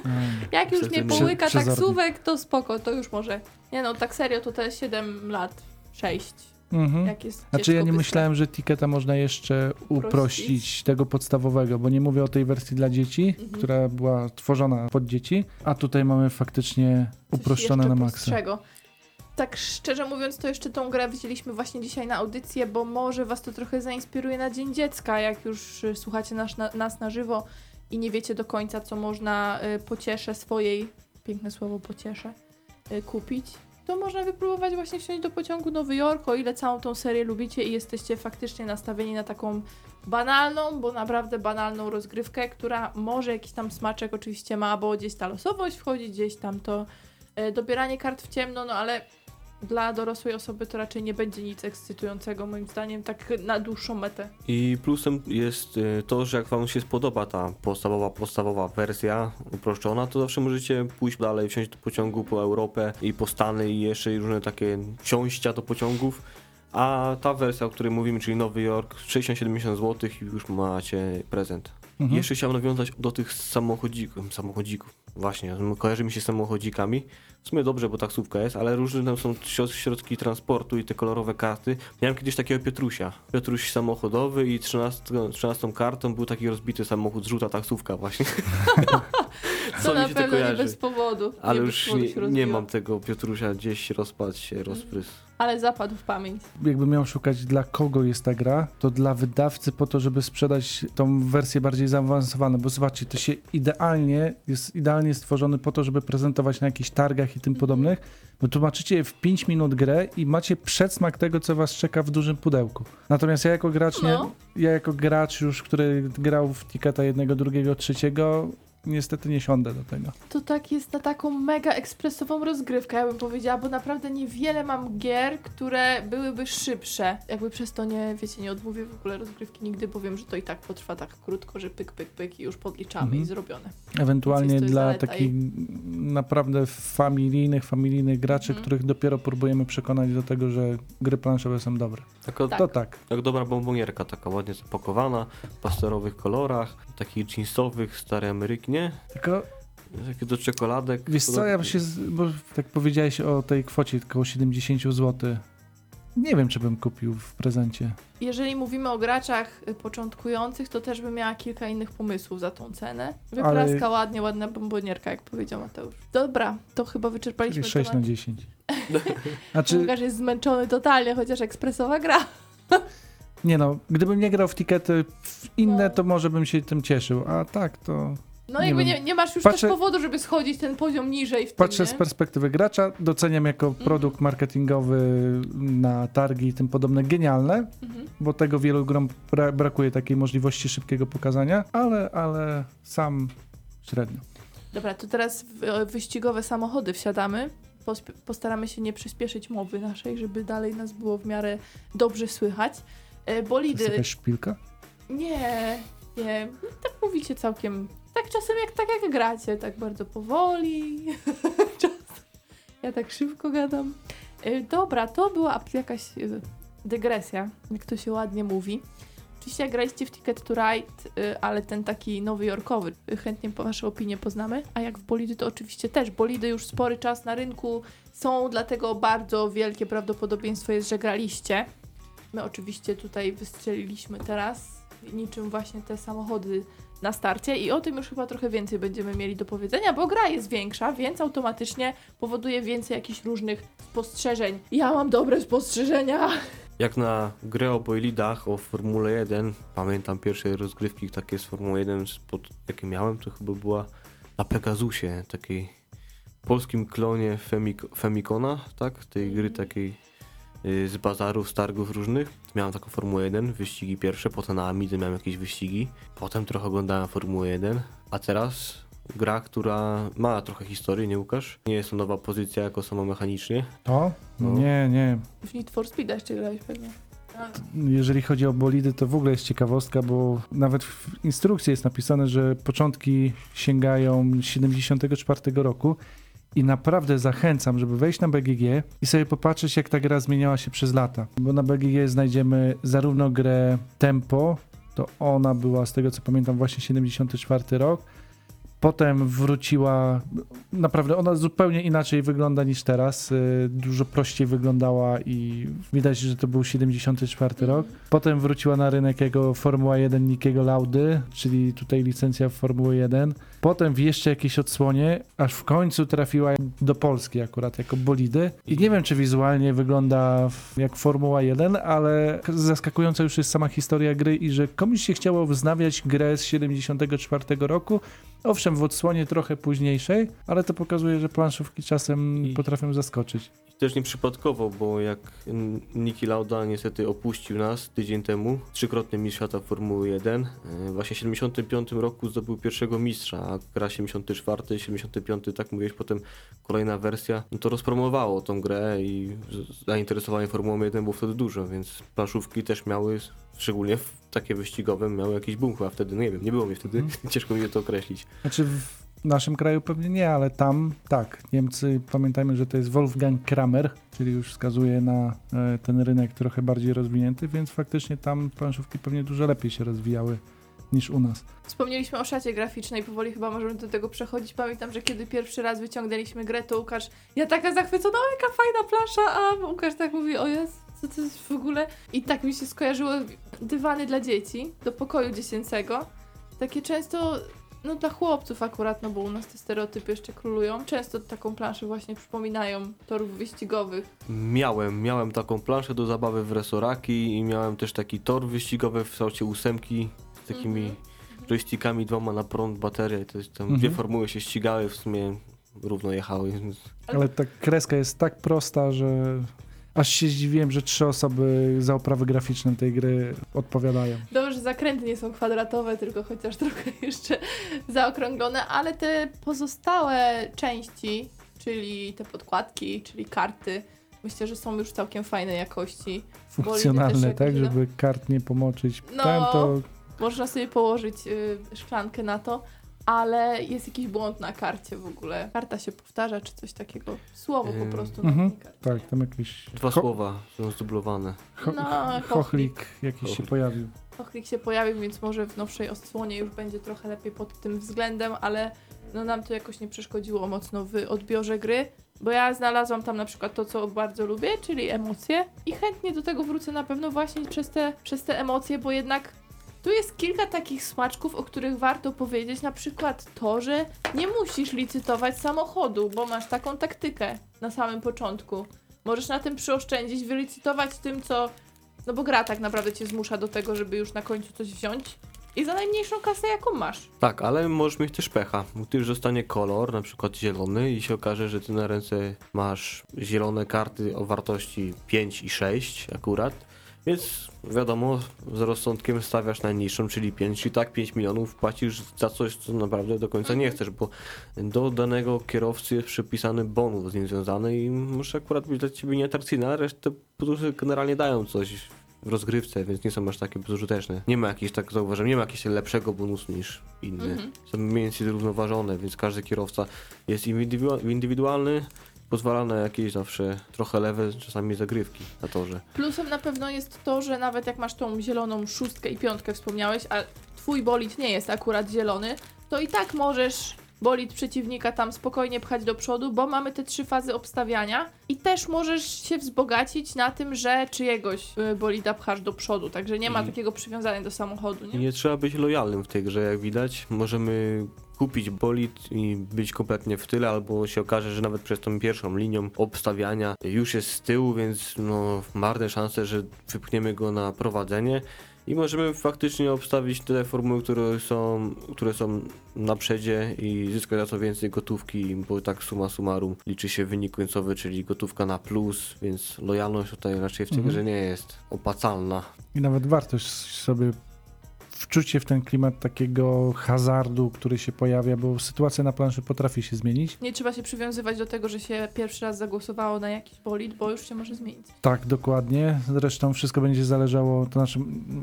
Jak już nie połyka Przezornie. taksówek, to spoko, to już może. Nie no, tak serio to te 7 lat, 6. Jak jest Znaczy ja dziecko nie bystre. myślałem, że Ticketa można jeszcze uprościć tego podstawowego, bo nie mówię o tej wersji dla dzieci, która była tworzona pod dzieci, a tutaj mamy faktycznie Coś uproszczone jeszcze na maksa. prostszego. Tak szczerze mówiąc, to jeszcze tą grę wzięliśmy właśnie dzisiaj na audycję, bo może was to trochę zainspiruje na Dzień Dziecka, jak już słuchacie nas na żywo i nie wiecie do końca, co można pocieszę swojej, piękne słowo pocieszę, kupić. To można wypróbować właśnie wsiąść do pociągu Nowy Jork, o ile całą tą serię lubicie i jesteście faktycznie nastawieni na taką banalną, bo naprawdę banalną rozgrywkę, która może jakiś tam smaczek oczywiście ma, bo gdzieś ta losowość wchodzi, gdzieś tam to dobieranie kart w ciemno, no ale dla dorosłej osoby to raczej nie będzie nic ekscytującego moim zdaniem, tak na dłuższą metę. I plusem jest to, że jak wam się spodoba ta podstawowa wersja uproszczona, to zawsze możecie pójść dalej, wsiąść do pociągu po Europę i po Stany i jeszcze różne takie wsiąścia do pociągów. A ta wersja, o której mówimy, czyli Nowy Jork, 60-70 zł i już macie prezent. Jeszcze chciałem nawiązać do tych samochodzików. Właśnie, kojarzy mi się z samochodzikami. W sumie dobrze, bo taksówka jest, ale różne tam są środki transportu i te kolorowe karty. Miałem kiedyś takiego Piotrusia. Piotruś samochodowy i 13 kartą był taki rozbity samochód, żółta taksówka właśnie. To na mi się pewno nie kojarzy. bez powodu. Ale nie już bez powodu się nie rozbiło. mam tego Piotrusia, gdzieś rozpadł się, rozprysł. Ale zapadł w pamięć. Jakbym miał szukać, dla kogo jest ta gra, to dla wydawcy po to, żeby sprzedać tą wersję bardziej zaawansowaną, bo zobaczcie, to się jest idealnie stworzony po to, żeby prezentować na jakichś targach i tym podobnych, bo tłumaczycie w 5 minut grę i macie przedsmak tego, co was czeka w dużym pudełku. Natomiast ja jako gracz, No. ja jako gracz już, który grał w Ticketa 1, 2, 3, niestety nie siądę do tego. To tak jest na taką mega ekspresową rozgrywkę, ja bym powiedziała, bo naprawdę niewiele mam gier, które byłyby szybsze. Jakby przez to nie odmówię w ogóle rozgrywki nigdy, bo wiem, że to i tak potrwa tak krótko, że pyk, pyk, pyk i już podliczamy i zrobione. Ewentualnie Więc jest to dla zaleta takich naprawdę familijnych graczy, których dopiero próbujemy przekonać do tego, że gry planszowe są dobre. To tak. Jak dobra bombonierka, taka ładnie zapakowana, w pasterowych kolorach, takich jeansowych, starej Ameryki, nie? Tylko Takie do czekoladek. wiesz co, ja bo tak powiedziałeś o tej kwocie około 70 zł. Nie wiem, czy bym kupił w prezencie. Jeżeli mówimy o graczach początkujących, to też bym miała kilka innych pomysłów za tą cenę. Wypraska ładna bombonierka, jak powiedział Mateusz. Dobra, to chyba wyczerpaliśmy 6 na temat. 10. Znaczy, Łukasz jest zmęczony totalnie, chociaż ekspresowa gra. nie no, gdybym nie grał w Tickety w inne, No. to może bym się tym cieszył, a tak to... No Nie jakby wiem. nie masz już Patrzę- też powodu, żeby schodzić ten poziom niżej w Patrzę tym, z nie? perspektywy gracza, doceniam jako produkt marketingowy na targi i tym podobne genialne, bo tego wielu grom brakuje takiej możliwości szybkiego pokazania, ale sam średnio. Dobra, to teraz w wyścigowe samochody wsiadamy. Postaramy się nie przyspieszyć mowy naszej, żeby dalej nas było w miarę dobrze słychać. To jest Bolidy... jakaś szpilka? Nie. Tak mówicie całkiem... Tak czasem jak gracie, tak bardzo powoli. Czasem ja tak szybko gadam. Dobra, to była jakaś dygresja, jak to się ładnie mówi. Oczywiście jak graliście w Ticket to Ride, ale ten taki nowojorkowy, chętnie wasze opinie poznamy. A jak w bolidy, to oczywiście też. Bolidy już spory czas na rynku są, dlatego bardzo wielkie prawdopodobieństwo jest, że graliście. My oczywiście tutaj wystrzeliliśmy teraz, niczym właśnie te samochody na starcie i o tym już chyba trochę więcej będziemy mieli do powiedzenia, bo gra jest większa, więc automatycznie powoduje więcej jakichś różnych spostrzeżeń. Ja mam dobre spostrzeżenia! Jak na grę o bolidach, o Formule 1, pamiętam pierwsze rozgrywki takie z Formuły 1, jakie miałem, to chyba była na Pegasusie, takiej polskim klonie Famicona, tak? Tej gry takiej z bazarów, z targów różnych. Miałem taką Formułę 1, wyścigi pierwsze, potem na Amidze miałem jakieś wyścigi, potem trochę oglądałem Formułę 1, a teraz gra, która ma trochę historii, nie Łukasz? Nie jest to nowa pozycja jako samomechanicznie. To? No. Nie. W Need for Speed jeszcze grałeś pewnie. Jeżeli chodzi o bolidy, to w ogóle jest ciekawostka, bo nawet w instrukcji jest napisane, że początki sięgają 74 roku i naprawdę zachęcam, żeby wejść na BGG i sobie popatrzeć, jak ta gra zmieniała się przez lata. Bo na BGG znajdziemy zarówno grę Tempo, to ona była, z tego co pamiętam, właśnie 74 rok. Potem wróciła, naprawdę ona zupełnie inaczej wygląda niż teraz, dużo prościej wyglądała i widać, że to był 74 rok. Potem wróciła na rynek jego Formuła 1 Nickiego Laudy, czyli tutaj licencja Formuły 1. Potem w jeszcze jakiejś odsłonie, aż w końcu trafiła do Polski akurat jako bolidy. I nie wiem, czy wizualnie wygląda jak Formuła 1, ale zaskakująca już jest sama historia gry i że komuś się chciało wznawiać grę z 74 roku. Owszem, w odsłonie trochę późniejszej, ale to pokazuje, że planszówki czasem potrafią zaskoczyć. Też nieprzypadkowo, bo jak Niki Lauda niestety opuścił nas tydzień temu, trzykrotny mistrz świata Formuły 1, właśnie w 75 roku zdobył pierwszego mistrza, a gra 74, 75, tak mówiłeś, potem kolejna wersja, no to rozpromowało tą grę i zainteresowanie Formułą 1 było wtedy dużo, więc planszówki też miały, szczególnie takie wyścigowe, miały jakiś boom chyba wtedy, no nie wiem, nie było mnie wtedy, ciężko mi to określić. Znaczy w naszym kraju pewnie nie, ale tam tak. Niemcy, pamiętajmy, że to jest Wolfgang Kramer, czyli już wskazuje na ten rynek trochę bardziej rozwinięty, więc faktycznie tam planszówki pewnie dużo lepiej się rozwijały niż u nas. Wspomnieliśmy o szacie graficznej, powoli chyba możemy do tego przechodzić. Pamiętam, że kiedy pierwszy raz wyciągnęliśmy grę, to Łukasz, ja taka zachwycona, o jaka fajna plansza, a Łukasz tak mówi, o jest, co to jest w ogóle? I tak mi się skojarzyło dywany dla dzieci do pokoju dziecięcego. Takie często, no dla chłopców akurat, no bo u nas te stereotypy jeszcze królują. Często taką planszę właśnie przypominają torów wyścigowych. Miałem taką planszę do zabawy w resoraki i miałem też taki tor wyścigowy w kształcie 8 z takimi joystickami, 2 na prąd, bateria i to jest tam dwie formuły się ścigały, w sumie równo jechały. Ale ta kreska jest tak prosta, że aż się zdziwiłem, że 3 osoby za oprawy graficzne tej gry odpowiadają. Dobrze, że zakręty nie są kwadratowe, tylko chociaż trochę jeszcze zaokrąglone, ale te pozostałe części, czyli te podkładki, czyli karty, myślę, że są już całkiem fajnej jakości. Funkcjonalne, tak, no. żeby kart nie pomoczyć. No. Ten to Można sobie położyć szklankę na to, ale jest jakiś błąd na karcie w ogóle. Karta się powtarza, czy coś takiego. Słowo po prostu na tej karcie. tak, tam jakieś 2 słowa są zdublowane. chochlik jakiś się pojawił. Chochlik się pojawił, więc może w nowszej odsłonie już będzie trochę lepiej pod tym względem, ale no nam to jakoś nie przeszkodziło mocno w odbiorze gry, bo ja znalazłam tam na przykład to, co bardzo lubię, czyli emocje i chętnie do tego wrócę na pewno właśnie przez te emocje, bo jednak tu jest kilka takich smaczków, o których warto powiedzieć, na przykład to, że nie musisz licytować samochodu, bo masz taką taktykę na samym początku. Możesz na tym przyoszczędzić, wylicytować tym, co... No bo gra tak naprawdę cię zmusza do tego, żeby już na końcu coś wziąć i za najmniejszą kasę, jaką masz. Tak, ale możesz mieć też pecha. Ty już zostanie kolor, na przykład zielony i się okaże, że ty na ręce masz zielone karty o wartości 5 i 6 akurat. Więc wiadomo, z rozsądkiem stawiasz najniższą, czyli 5, i tak 5 milionów płacisz za coś, co naprawdę do końca nie chcesz, bo do danego kierowcy jest przypisany bonus z nim związany i może akurat być dla ciebie nieatrakcyjny, ale resztę produkty generalnie dają coś w rozgrywce, więc nie są aż takie bezużyteczne. Nie ma jakichś, tak zauważam, nie ma jakiegoś lepszego bonusu niż inny. Są mniej więcej zrównoważone, więc każdy kierowca jest indywidualny. Pozwala na jakieś zawsze trochę lewe czasami zagrywki na torze. Plusem na pewno jest to, że nawet jak masz tą zieloną 6 i 5 wspomniałeś, a twój bolid nie jest akurat zielony, to i tak możesz bolid przeciwnika tam spokojnie pchać do przodu, bo mamy te 3 fazy obstawiania i też możesz się wzbogacić na tym, że czyjegoś bolida pchasz do przodu, także nie ma takiego przywiązania do samochodu, I nie? nie trzeba być lojalnym w tej grze, jak widać. Możemy kupić bolid i być kompletnie w tyle, albo się okaże, że nawet przez tą pierwszą linią obstawiania już jest z tyłu, więc no marne szanse, że wypchniemy go na prowadzenie i możemy faktycznie obstawić te formuły, które są na przedzie i zyskać za to więcej gotówki, bo tak summa summarum liczy się wynik końcowy, czyli gotówka na plus, więc lojalność tutaj raczej w tej grze nie jest opłacalna. I nawet warto sobie wczuć się w ten klimat takiego hazardu, który się pojawia, bo sytuacja na planszy potrafi się zmienić. Nie trzeba się przywiązywać do tego, że się pierwszy raz zagłosowało na jakiś bolid, bo już się może zmienić. Tak, dokładnie. Zresztą wszystko będzie zależało, to znaczy,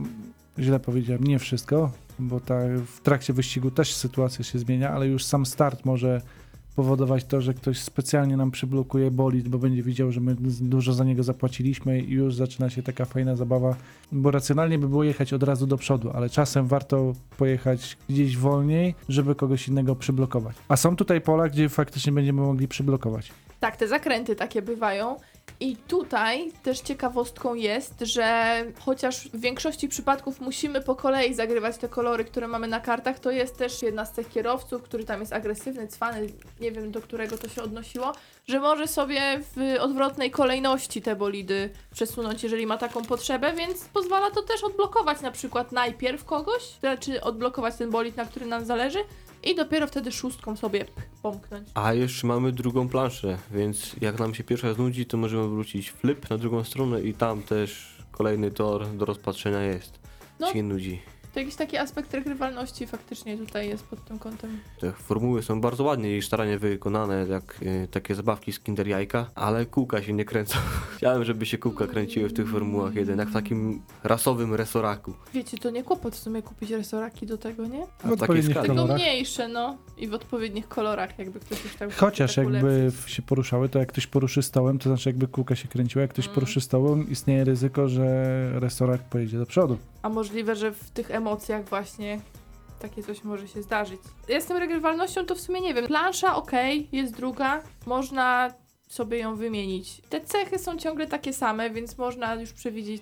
źle powiedziałem, nie wszystko, bo w trakcie wyścigu też sytuacja się zmienia, ale już sam start może powodować to, że ktoś specjalnie nam przyblokuje bolid, bo będzie widział, że my dużo za niego zapłaciliśmy i już zaczyna się taka fajna zabawa, bo racjonalnie by było jechać od razu do przodu, ale czasem warto pojechać gdzieś wolniej, żeby kogoś innego przyblokować. A są tutaj pola, gdzie faktycznie będziemy mogli przyblokować. Tak, te zakręty takie bywają. I tutaj też ciekawostką jest, że chociaż w większości przypadków musimy po kolei zagrywać te kolory, które mamy na kartach, to jest też jedna z tych kierowców, który tam jest agresywny, cwany, nie wiem do którego to się odnosiło, że może sobie w odwrotnej kolejności te bolidy przesunąć, jeżeli ma taką potrzebę, więc pozwala to też odblokować na przykład najpierw kogoś, znaczy odblokować ten bolid, na który nam zależy, i dopiero wtedy 6 sobie pomknąć. A jeszcze mamy drugą planszę, więc jak nam się pierwsza znudzi, to możemy wrócić flip na drugą stronę i tam też kolejny tor do rozpatrzenia jest. No. Się nie nudzi. To jakiś taki aspekt regrywalności faktycznie tutaj jest pod tym kątem. Te formuły są bardzo ładnie i starannie wykonane, jak takie zabawki z Kinder Jajka, ale kółka się nie kręcą. Chciałem, żeby się kółka kręciły w tych formułach jeden, jak w takim rasowym resoraku. Wiecie, to nie kłopot w sumie kupić resoraki do tego, nie? W A w takiej odpowiednich skali. Tylko kolorach. mniejsze, no. I w odpowiednich kolorach, jakby ktoś już tak Chociaż tak jakby ulepszyć. się poruszały, to jak ktoś poruszy stołem, to znaczy jakby kółka się kręciła, jak ktoś poruszy stołem, istnieje ryzyko, że resorak pojedzie do przodu. A możliwe, że w tych emocjach właśnie takie coś może się zdarzyć. Ja z tą regrywalnością to w sumie nie wiem. Plansza okej, jest druga, można sobie ją wymienić. Te cechy są ciągle takie same, więc można już przewidzieć,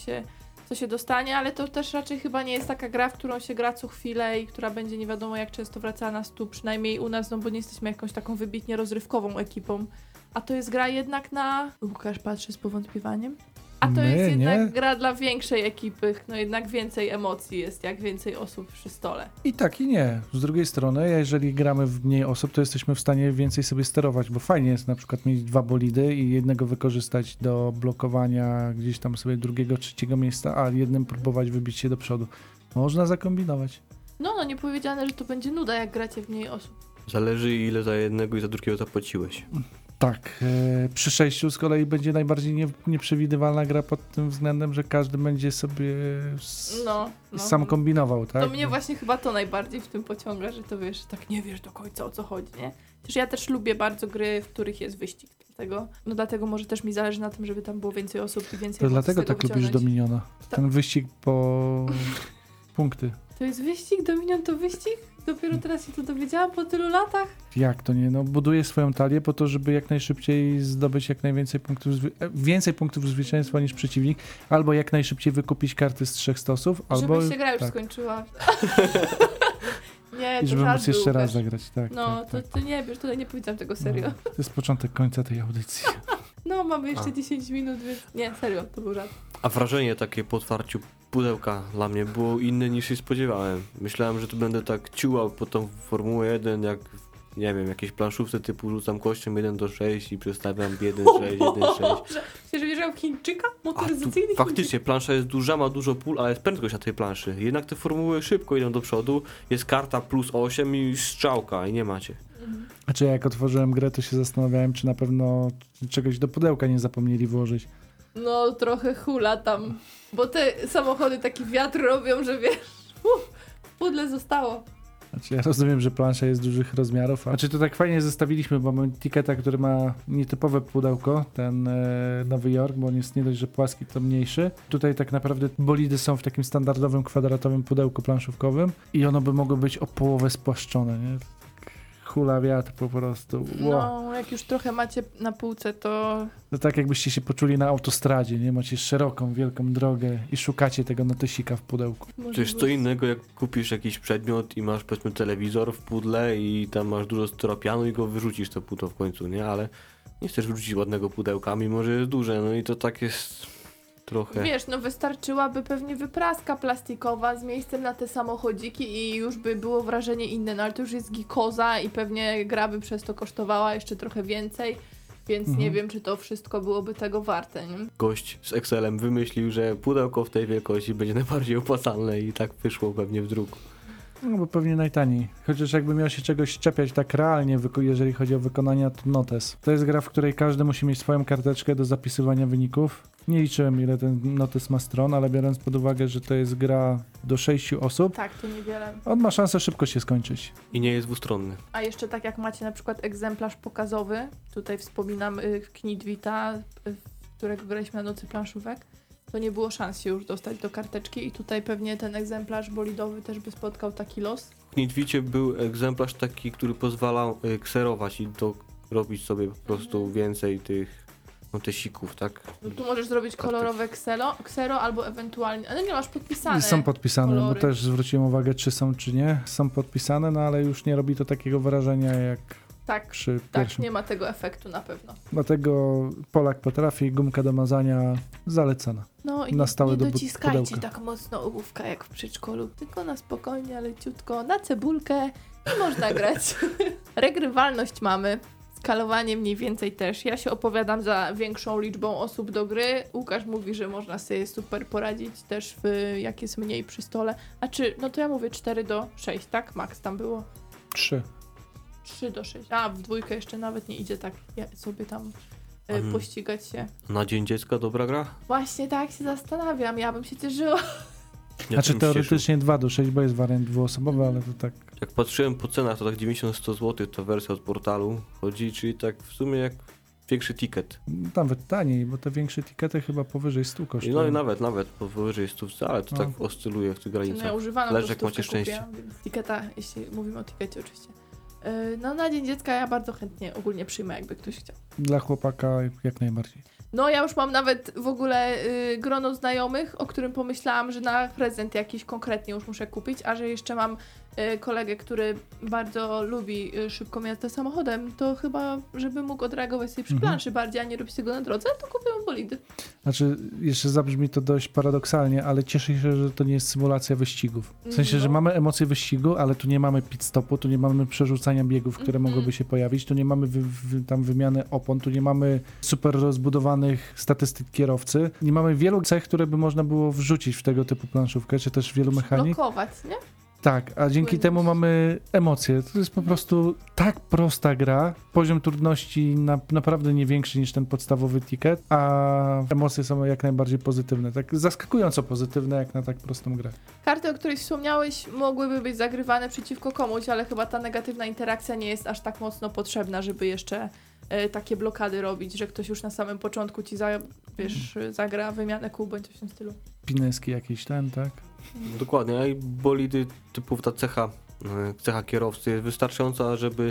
co się dostanie, ale to też raczej chyba nie jest taka gra, w którą się gra co chwilę i która będzie nie wiadomo jak często wracała na stół, przynajmniej u nas, no bo nie jesteśmy jakąś taką wybitnie rozrywkową ekipą. A to jest gra jednak na... Łukasz patrzy z powątpiewaniem. A to My jest jednak nie. gra dla większej ekipy, no jednak więcej emocji jest, jak więcej osób przy stole. I tak i nie. Z drugiej strony, jeżeli gramy w mniej osób, to jesteśmy w stanie więcej sobie sterować, bo fajnie jest na przykład mieć 2 bolidy i jednego wykorzystać do blokowania gdzieś tam sobie drugiego, trzeciego miejsca, a jednym próbować wybić się do przodu. Można zakombinować. No nie powiedziane, że to będzie nuda, jak gracie w mniej osób. Zależy ile za jednego i za drugiego zapłaciłeś. Tak, przy 6 z kolei będzie najbardziej nieprzewidywalna gra pod tym względem, że każdy będzie sobie sam kombinował, tak? To mnie właśnie chyba to najbardziej w tym pociąga, że to wiesz, tak nie wiesz do końca o co chodzi, nie? Chociaż ja też lubię bardzo gry, w których jest wyścig. Dlatego może też mi zależy na tym, żeby tam było więcej osób i więcej To emocji dlatego z tego tak lubisz wyciągnąć. Dominiona. Ten wyścig po punkty. To jest wyścig? Dominion to wyścig? Dopiero teraz się to dowiedziałam po tylu latach? Jak to nie? No buduje swoją talię po to, żeby jak najszybciej zdobyć jak najwięcej punktów, więcej punktów zwycięstwa niż przeciwnik, albo jak najszybciej wykupić karty z 3 stosów, albo... Żeby się gra już tak. skończyła. Nie, I to żeby żart móc jeszcze był, raz Łukasz. zagrać, tak. No, tak, tak. to nie wiesz, to nie powiedziałam tego serio. No, to jest początek końca tej audycji. No, mamy jeszcze 10 minut, więc... Nie, serio, to był żart. A wrażenie takie po otwarciu pudełka dla mnie było inne niż się spodziewałem. Myślałem, że to będę tak ciułał po tą Formułę 1, jak nie wiem, jakieś planszówce typu rzucam kością 1-6 i przestawiam 1-6, 1-6. Chcesz wjeżdżał w Chińczyka? A tu Motoryzacyjny faktycznie plansza jest duża, ma dużo pól, ale jest prędkość na tej planszy. Jednak te formuły szybko idą do przodu, jest karta plus 8 i strzałka i nie macie. Znaczy jak otworzyłem grę, to się zastanawiałem, czy na pewno czegoś do pudełka nie zapomnieli włożyć. No, trochę hula tam, bo te samochody taki wiatr robią, że wiesz, w pudle zostało. Znaczy ja rozumiem, że plansza jest dużych rozmiarów. Znaczy to tak fajnie zestawiliśmy, bo mamy Ticketa, który ma nietypowe pudełko, ten Nowy Jork, bo on jest nie dość, że płaski, to mniejszy. Tutaj tak naprawdę bolidy są w takim standardowym, kwadratowym pudełku planszówkowym i ono by mogło być o połowę spłaszczone, nie? Tak hula wiatr po prostu. Wow. No, jak już trochę macie na półce, to To tak jakbyście się poczuli na autostradzie, nie? Macie szeroką, wielką drogę i szukacie tego notesika w pudełku. może To jest co innego, jak kupisz jakiś przedmiot i masz, powiedzmy, telewizor w pudle i tam masz dużo styropianu i go wyrzucisz to pudło w końcu, nie? Ale nie chcesz wyrzucić ładnego pudełka, mimo że jest duże, no i to tak jest trochę... Wiesz, no wystarczyłaby pewnie wypraska plastikowa z miejscem na te samochodziki i już by było wrażenie inne, no ale to już jest gikoza i pewnie gra by przez to kosztowała jeszcze trochę więcej, więc nie wiem, czy to wszystko byłoby tego warte, nie? Gość z Excelem wymyślił, że pudełko w tej wielkości będzie najbardziej opłacalne i tak wyszło pewnie w druku. No bo pewnie najtaniej. Chociaż jakby miał się czegoś czepiać tak realnie, jeżeli chodzi o wykonania, to Notes. To jest gra, w której każdy musi mieć swoją karteczkę do zapisywania wyników. Nie liczyłem, ile ten Notes ma stron, ale biorąc pod uwagę, że to jest gra do 6 osób, Tak, to niewiele. on ma szansę szybko się skończyć. I nie jest dwustronny. A jeszcze tak jak macie na przykład egzemplarz pokazowy, tutaj wspominam Knitwita, w którego graliśmy na Nocy Planszówek, to nie było szans się już dostać do karteczki i tutaj pewnie ten egzemplarz bolidowy też by spotkał taki los. W Knitwicie był egzemplarz taki, który pozwalał kserować i to robić sobie po prostu więcej tych notesików, tak? No tu możesz zrobić kolorowe ksero albo ewentualnie, ale nie masz podpisane. I są podpisane, kolory. bo też zwróciłem uwagę, czy są, czy nie. Są podpisane, no ale już nie robi to takiego wrażenia jak Tak, przy tak, pierwszym. nie ma tego efektu na pewno. Dlatego Polak potrafi, gumka do mazania zalecana. No i Na stałe nie do dociskajcie pudełka. tak mocno ołówka jak w przedszkolu, tylko na spokojnie, leciutko, na cebulkę i można grać. Regrywalność mamy, skalowanie mniej więcej też. Ja się opowiadam za większą liczbą osób do gry. Łukasz mówi, że można sobie super poradzić też jak jest mniej przy stole. A czy, no to ja mówię 4-6, tak? Max tam było 3. 3-6. A, w dwójkę jeszcze nawet nie idzie tak sobie tam pościgać się. Na Dzień Dziecka dobra gra? Właśnie tak się zastanawiam, ja bym się cieszyła. Ja Znaczy bym się cieszył. teoretycznie 2-6, bo jest wariant dwuosobowy, ale to tak. Jak patrzyłem po cenach, to tak 90-100 zł to wersja od portalu chodzi, czyli tak w sumie jak większy ticket. Nawet taniej, bo te większe tikety chyba powyżej 100 kosztują. No i nawet powyżej 100, ale to No. tak oscyluje w tych No ja granicach. używano Zależy, to jak macie stówkę szczęście. kupiłam, więc tiketa, jeśli mówimy o tikecie oczywiście. No na Dzień Dziecka ja bardzo chętnie ogólnie przyjmę, jakby ktoś chciał. Dla chłopaka jak najbardziej. No ja już mam nawet w ogóle grono znajomych, o którym pomyślałam, że na prezent jakiś konkretnie już muszę kupić, a że jeszcze mam kolegę, który bardzo lubi szybką jazdę samochodem, to chyba, żeby mógł odreagować sobie przy planszy bardziej, a nie robić tego na drodze, to kupię mu bolidy. Znaczy, jeszcze zabrzmi to dość paradoksalnie, ale cieszę się, że to nie jest symulacja wyścigów. W sensie, No. że mamy emocje wyścigu, ale tu nie mamy pit stopu, tu nie mamy przerzucania biegów, które mogłyby się pojawić, tu nie mamy tam wymiany opon, tu nie mamy super rozbudowanych statystyk kierowcy, nie mamy wielu cech, które by można było wrzucić w tego typu planszówkę, czy też wielu mechanik. Blokować, nie? Tak, a dzięki Płynność. temu mamy emocje. To jest po prostu tak prosta gra, poziom trudności naprawdę nie większy niż ten podstawowy ticket, a emocje są jak najbardziej pozytywne, tak zaskakująco pozytywne jak na tak prostą grę. Karty, o których wspomniałeś, mogłyby być zagrywane przeciwko komuś, ale chyba ta negatywna interakcja nie jest aż tak mocno potrzebna, żeby jeszcze takie blokady robić, że ktoś już na samym początku ci zagra wymianę kół bądź coś w tym stylu. Pineski jakieś ten, tak? Dokładnie, a i bolidy typu ta cecha kierowcy jest wystarczająca, żeby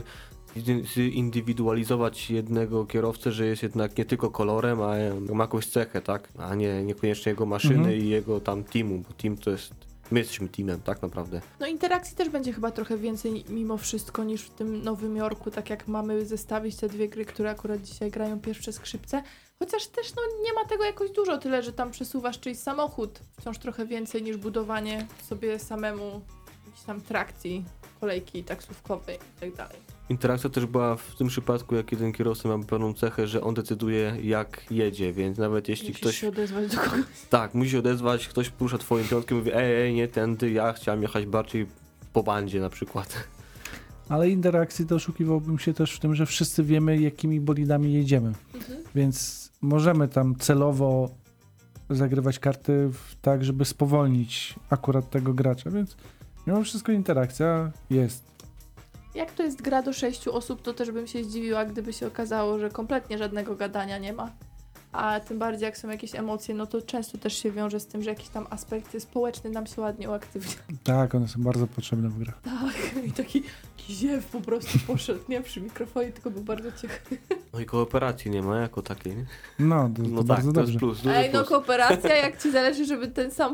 zindywidualizować jednego kierowcę, że jest jednak nie tylko kolorem, a ma jakąś cechę, tak? A nie niekoniecznie jego maszyny i jego tam teamu, bo team to jest... My jesteśmy teamem, tak naprawdę. No interakcji też będzie chyba trochę więcej mimo wszystko niż w tym Nowym Jorku, tak jak mamy zestawić te dwie gry, które akurat dzisiaj grają pierwsze skrzypce. Chociaż też no, nie ma tego jakoś dużo, tyle że tam przesuwasz czyjś samochód. Wciąż trochę więcej niż budowanie sobie samemu jakiejś tam trakcji, kolejki taksówkowej i tak dalej. Interakcja też była w tym przypadku, jak jeden kierowca ma pewną cechę, że on decyduje jak jedzie, więc nawet jeśli Musisz ktoś... się odezwać do kogoś. Tak, musi się odezwać, ktoś porusza twoim piątkiem i mówi ej, nie tędy, ja chciałem jechać bardziej po bandzie na przykład. Ale interakcji doszukiwałbym się też w tym, że wszyscy wiemy, jakimi bolidami jedziemy. Więc możemy tam celowo zagrywać karty tak, żeby spowolnić akurat tego gracza, więc mimo wszystko interakcja jest. Jak to jest gra do 6 osób, to też bym się zdziwiła, gdyby się okazało, że kompletnie żadnego gadania nie ma. A tym bardziej jak są jakieś emocje, no to często też się wiąże z tym, że jakieś tam aspekty społeczne nam się ładnie uaktywniają. Tak, one są bardzo potrzebne w grach. Tak. I taki ziew po prostu poszedł, nie? Przy mikrofonie, tylko był bardzo ciekawy. No i kooperacji nie ma jako takiej, nie? No, to No tak, bardzo to jest dobrze. plus, duży Ej, no plus. kooperacja, jak ci zależy, żeby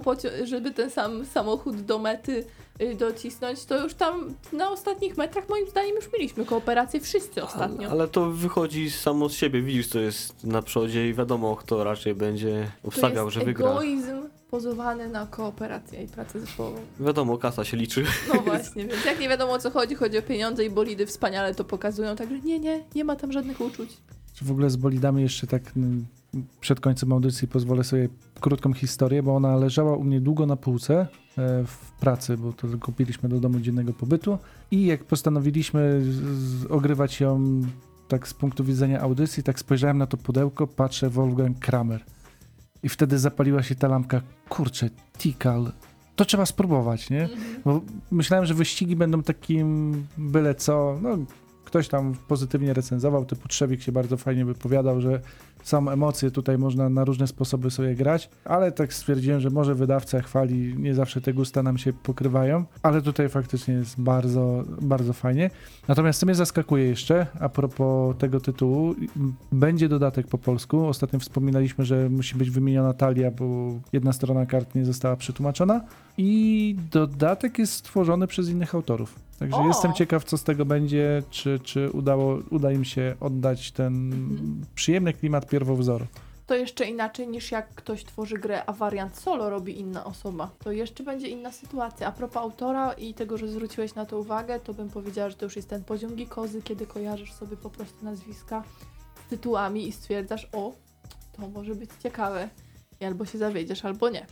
ten sam samochód do mety docisnąć, to już tam na ostatnich metrach moim zdaniem już mieliśmy kooperację wszyscy ostatnio. Ale to wychodzi samo z siebie, widzisz co jest na przodzie i wiadomo kto raczej będzie obstawiał, to że jest wygra. egoizm pozowany na kooperację i pracę zespołową. Wiadomo, kasa się liczy. No właśnie, więc jak nie wiadomo o co chodzi, chodzi o pieniądze i bolidy wspaniale to pokazują, także nie ma tam żadnych uczuć. Czy w ogóle z bolidami jeszcze tak przed końcem audycji pozwolę sobie krótką historię, bo ona leżała u mnie długo na półce w pracy, bo to kupiliśmy do domu dziennego pobytu i jak postanowiliśmy ogrywać ją tak z punktu widzenia audycji, tak spojrzałem na to pudełko, patrzę Wolfgang Kramer i wtedy zapaliła się ta lampka, kurczę, Tikal, to trzeba spróbować, nie? Bo myślałem, że wyścigi będą takim byle co, no ktoś tam pozytywnie recenzował, typu Trzewik się bardzo fajnie wypowiadał, że są emocje, tutaj można na różne sposoby sobie grać, ale tak stwierdziłem, że może wydawca chwali, nie zawsze te gusta nam się pokrywają, ale tutaj faktycznie jest bardzo, bardzo fajnie. Natomiast co mnie zaskakuje jeszcze, a propos tego tytułu, będzie dodatek po polsku. Ostatnio wspominaliśmy, że musi być wymieniona talia, bo jedna strona kart nie została przetłumaczona i dodatek jest stworzony przez innych autorów. Także O! jestem ciekaw, co z tego będzie, czy uda im się oddać ten przyjemny klimat pierwowzoru. To jeszcze inaczej niż jak ktoś tworzy grę, a wariant solo robi inna osoba. To jeszcze będzie inna sytuacja. A propos autora i tego, że zwróciłeś na to uwagę, to bym powiedziała, że to już jest ten poziom gikozy, kiedy kojarzysz sobie po prostu nazwiska z tytułami i stwierdzasz, o, to może być ciekawe. I albo się zawiedziesz, albo nie.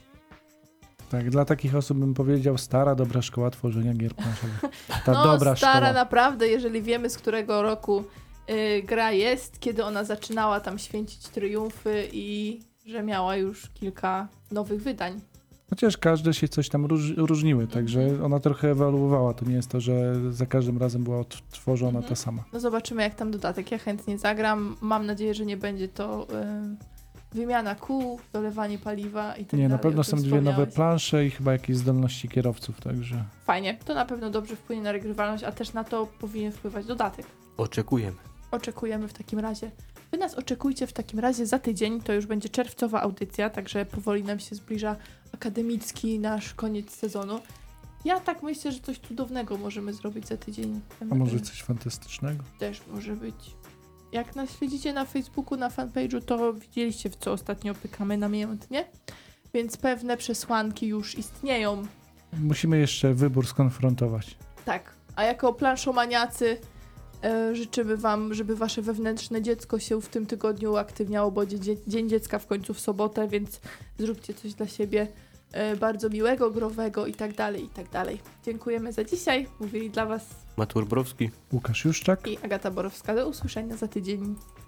Tak, dla takich osób bym powiedział stara, dobra szkoła tworzenia gier planszowych. Ta No, dobra stara szkoła. naprawdę, jeżeli wiemy, z którego roku gra jest, kiedy ona zaczynała tam święcić triumfy i że miała już kilka nowych wydań. Chociaż każde się coś tam różniły, także ona trochę ewoluowała. To nie jest to, że za każdym razem była odtworzona ta sama. No zobaczymy jak tam dodatek. Ja chętnie zagram. Mam nadzieję, że nie będzie to wymiana kół, dolewanie paliwa i tak dalej. Nie, na o pewno tym są dwie nowe wspomniałeś. plansze i chyba jakieś zdolności kierowców, także... Fajnie. To na pewno dobrze wpłynie na regrywalność, a też na to powinien wpływać dodatek. Oczekujemy. Oczekujemy w takim razie. Wy nas oczekujcie w takim razie za tydzień, to już będzie czerwcowa audycja, także powoli nam się zbliża akademicki nasz koniec sezonu. Ja tak myślę, że coś cudownego możemy zrobić za tydzień. A może coś fantastycznego? Też może być. Jak nas śledzicie na Facebooku, na fanpage'u, to widzieliście, w co ostatnio pykamy namiętnie, więc pewne przesłanki już istnieją. Musimy jeszcze wybór skonfrontować. Tak, a jako planszomaniacy życzymy wam, żeby wasze wewnętrzne dziecko się w tym tygodniu uaktywniało, bo Dzień Dziecka w końcu w sobotę, więc zróbcie coś dla siebie bardzo miłego, growego i tak dalej, i tak dalej. Dziękujemy za dzisiaj. Mówili dla was Matur Browski. Łukasz Juszczak. i Agata Borowska. Do usłyszenia za tydzień.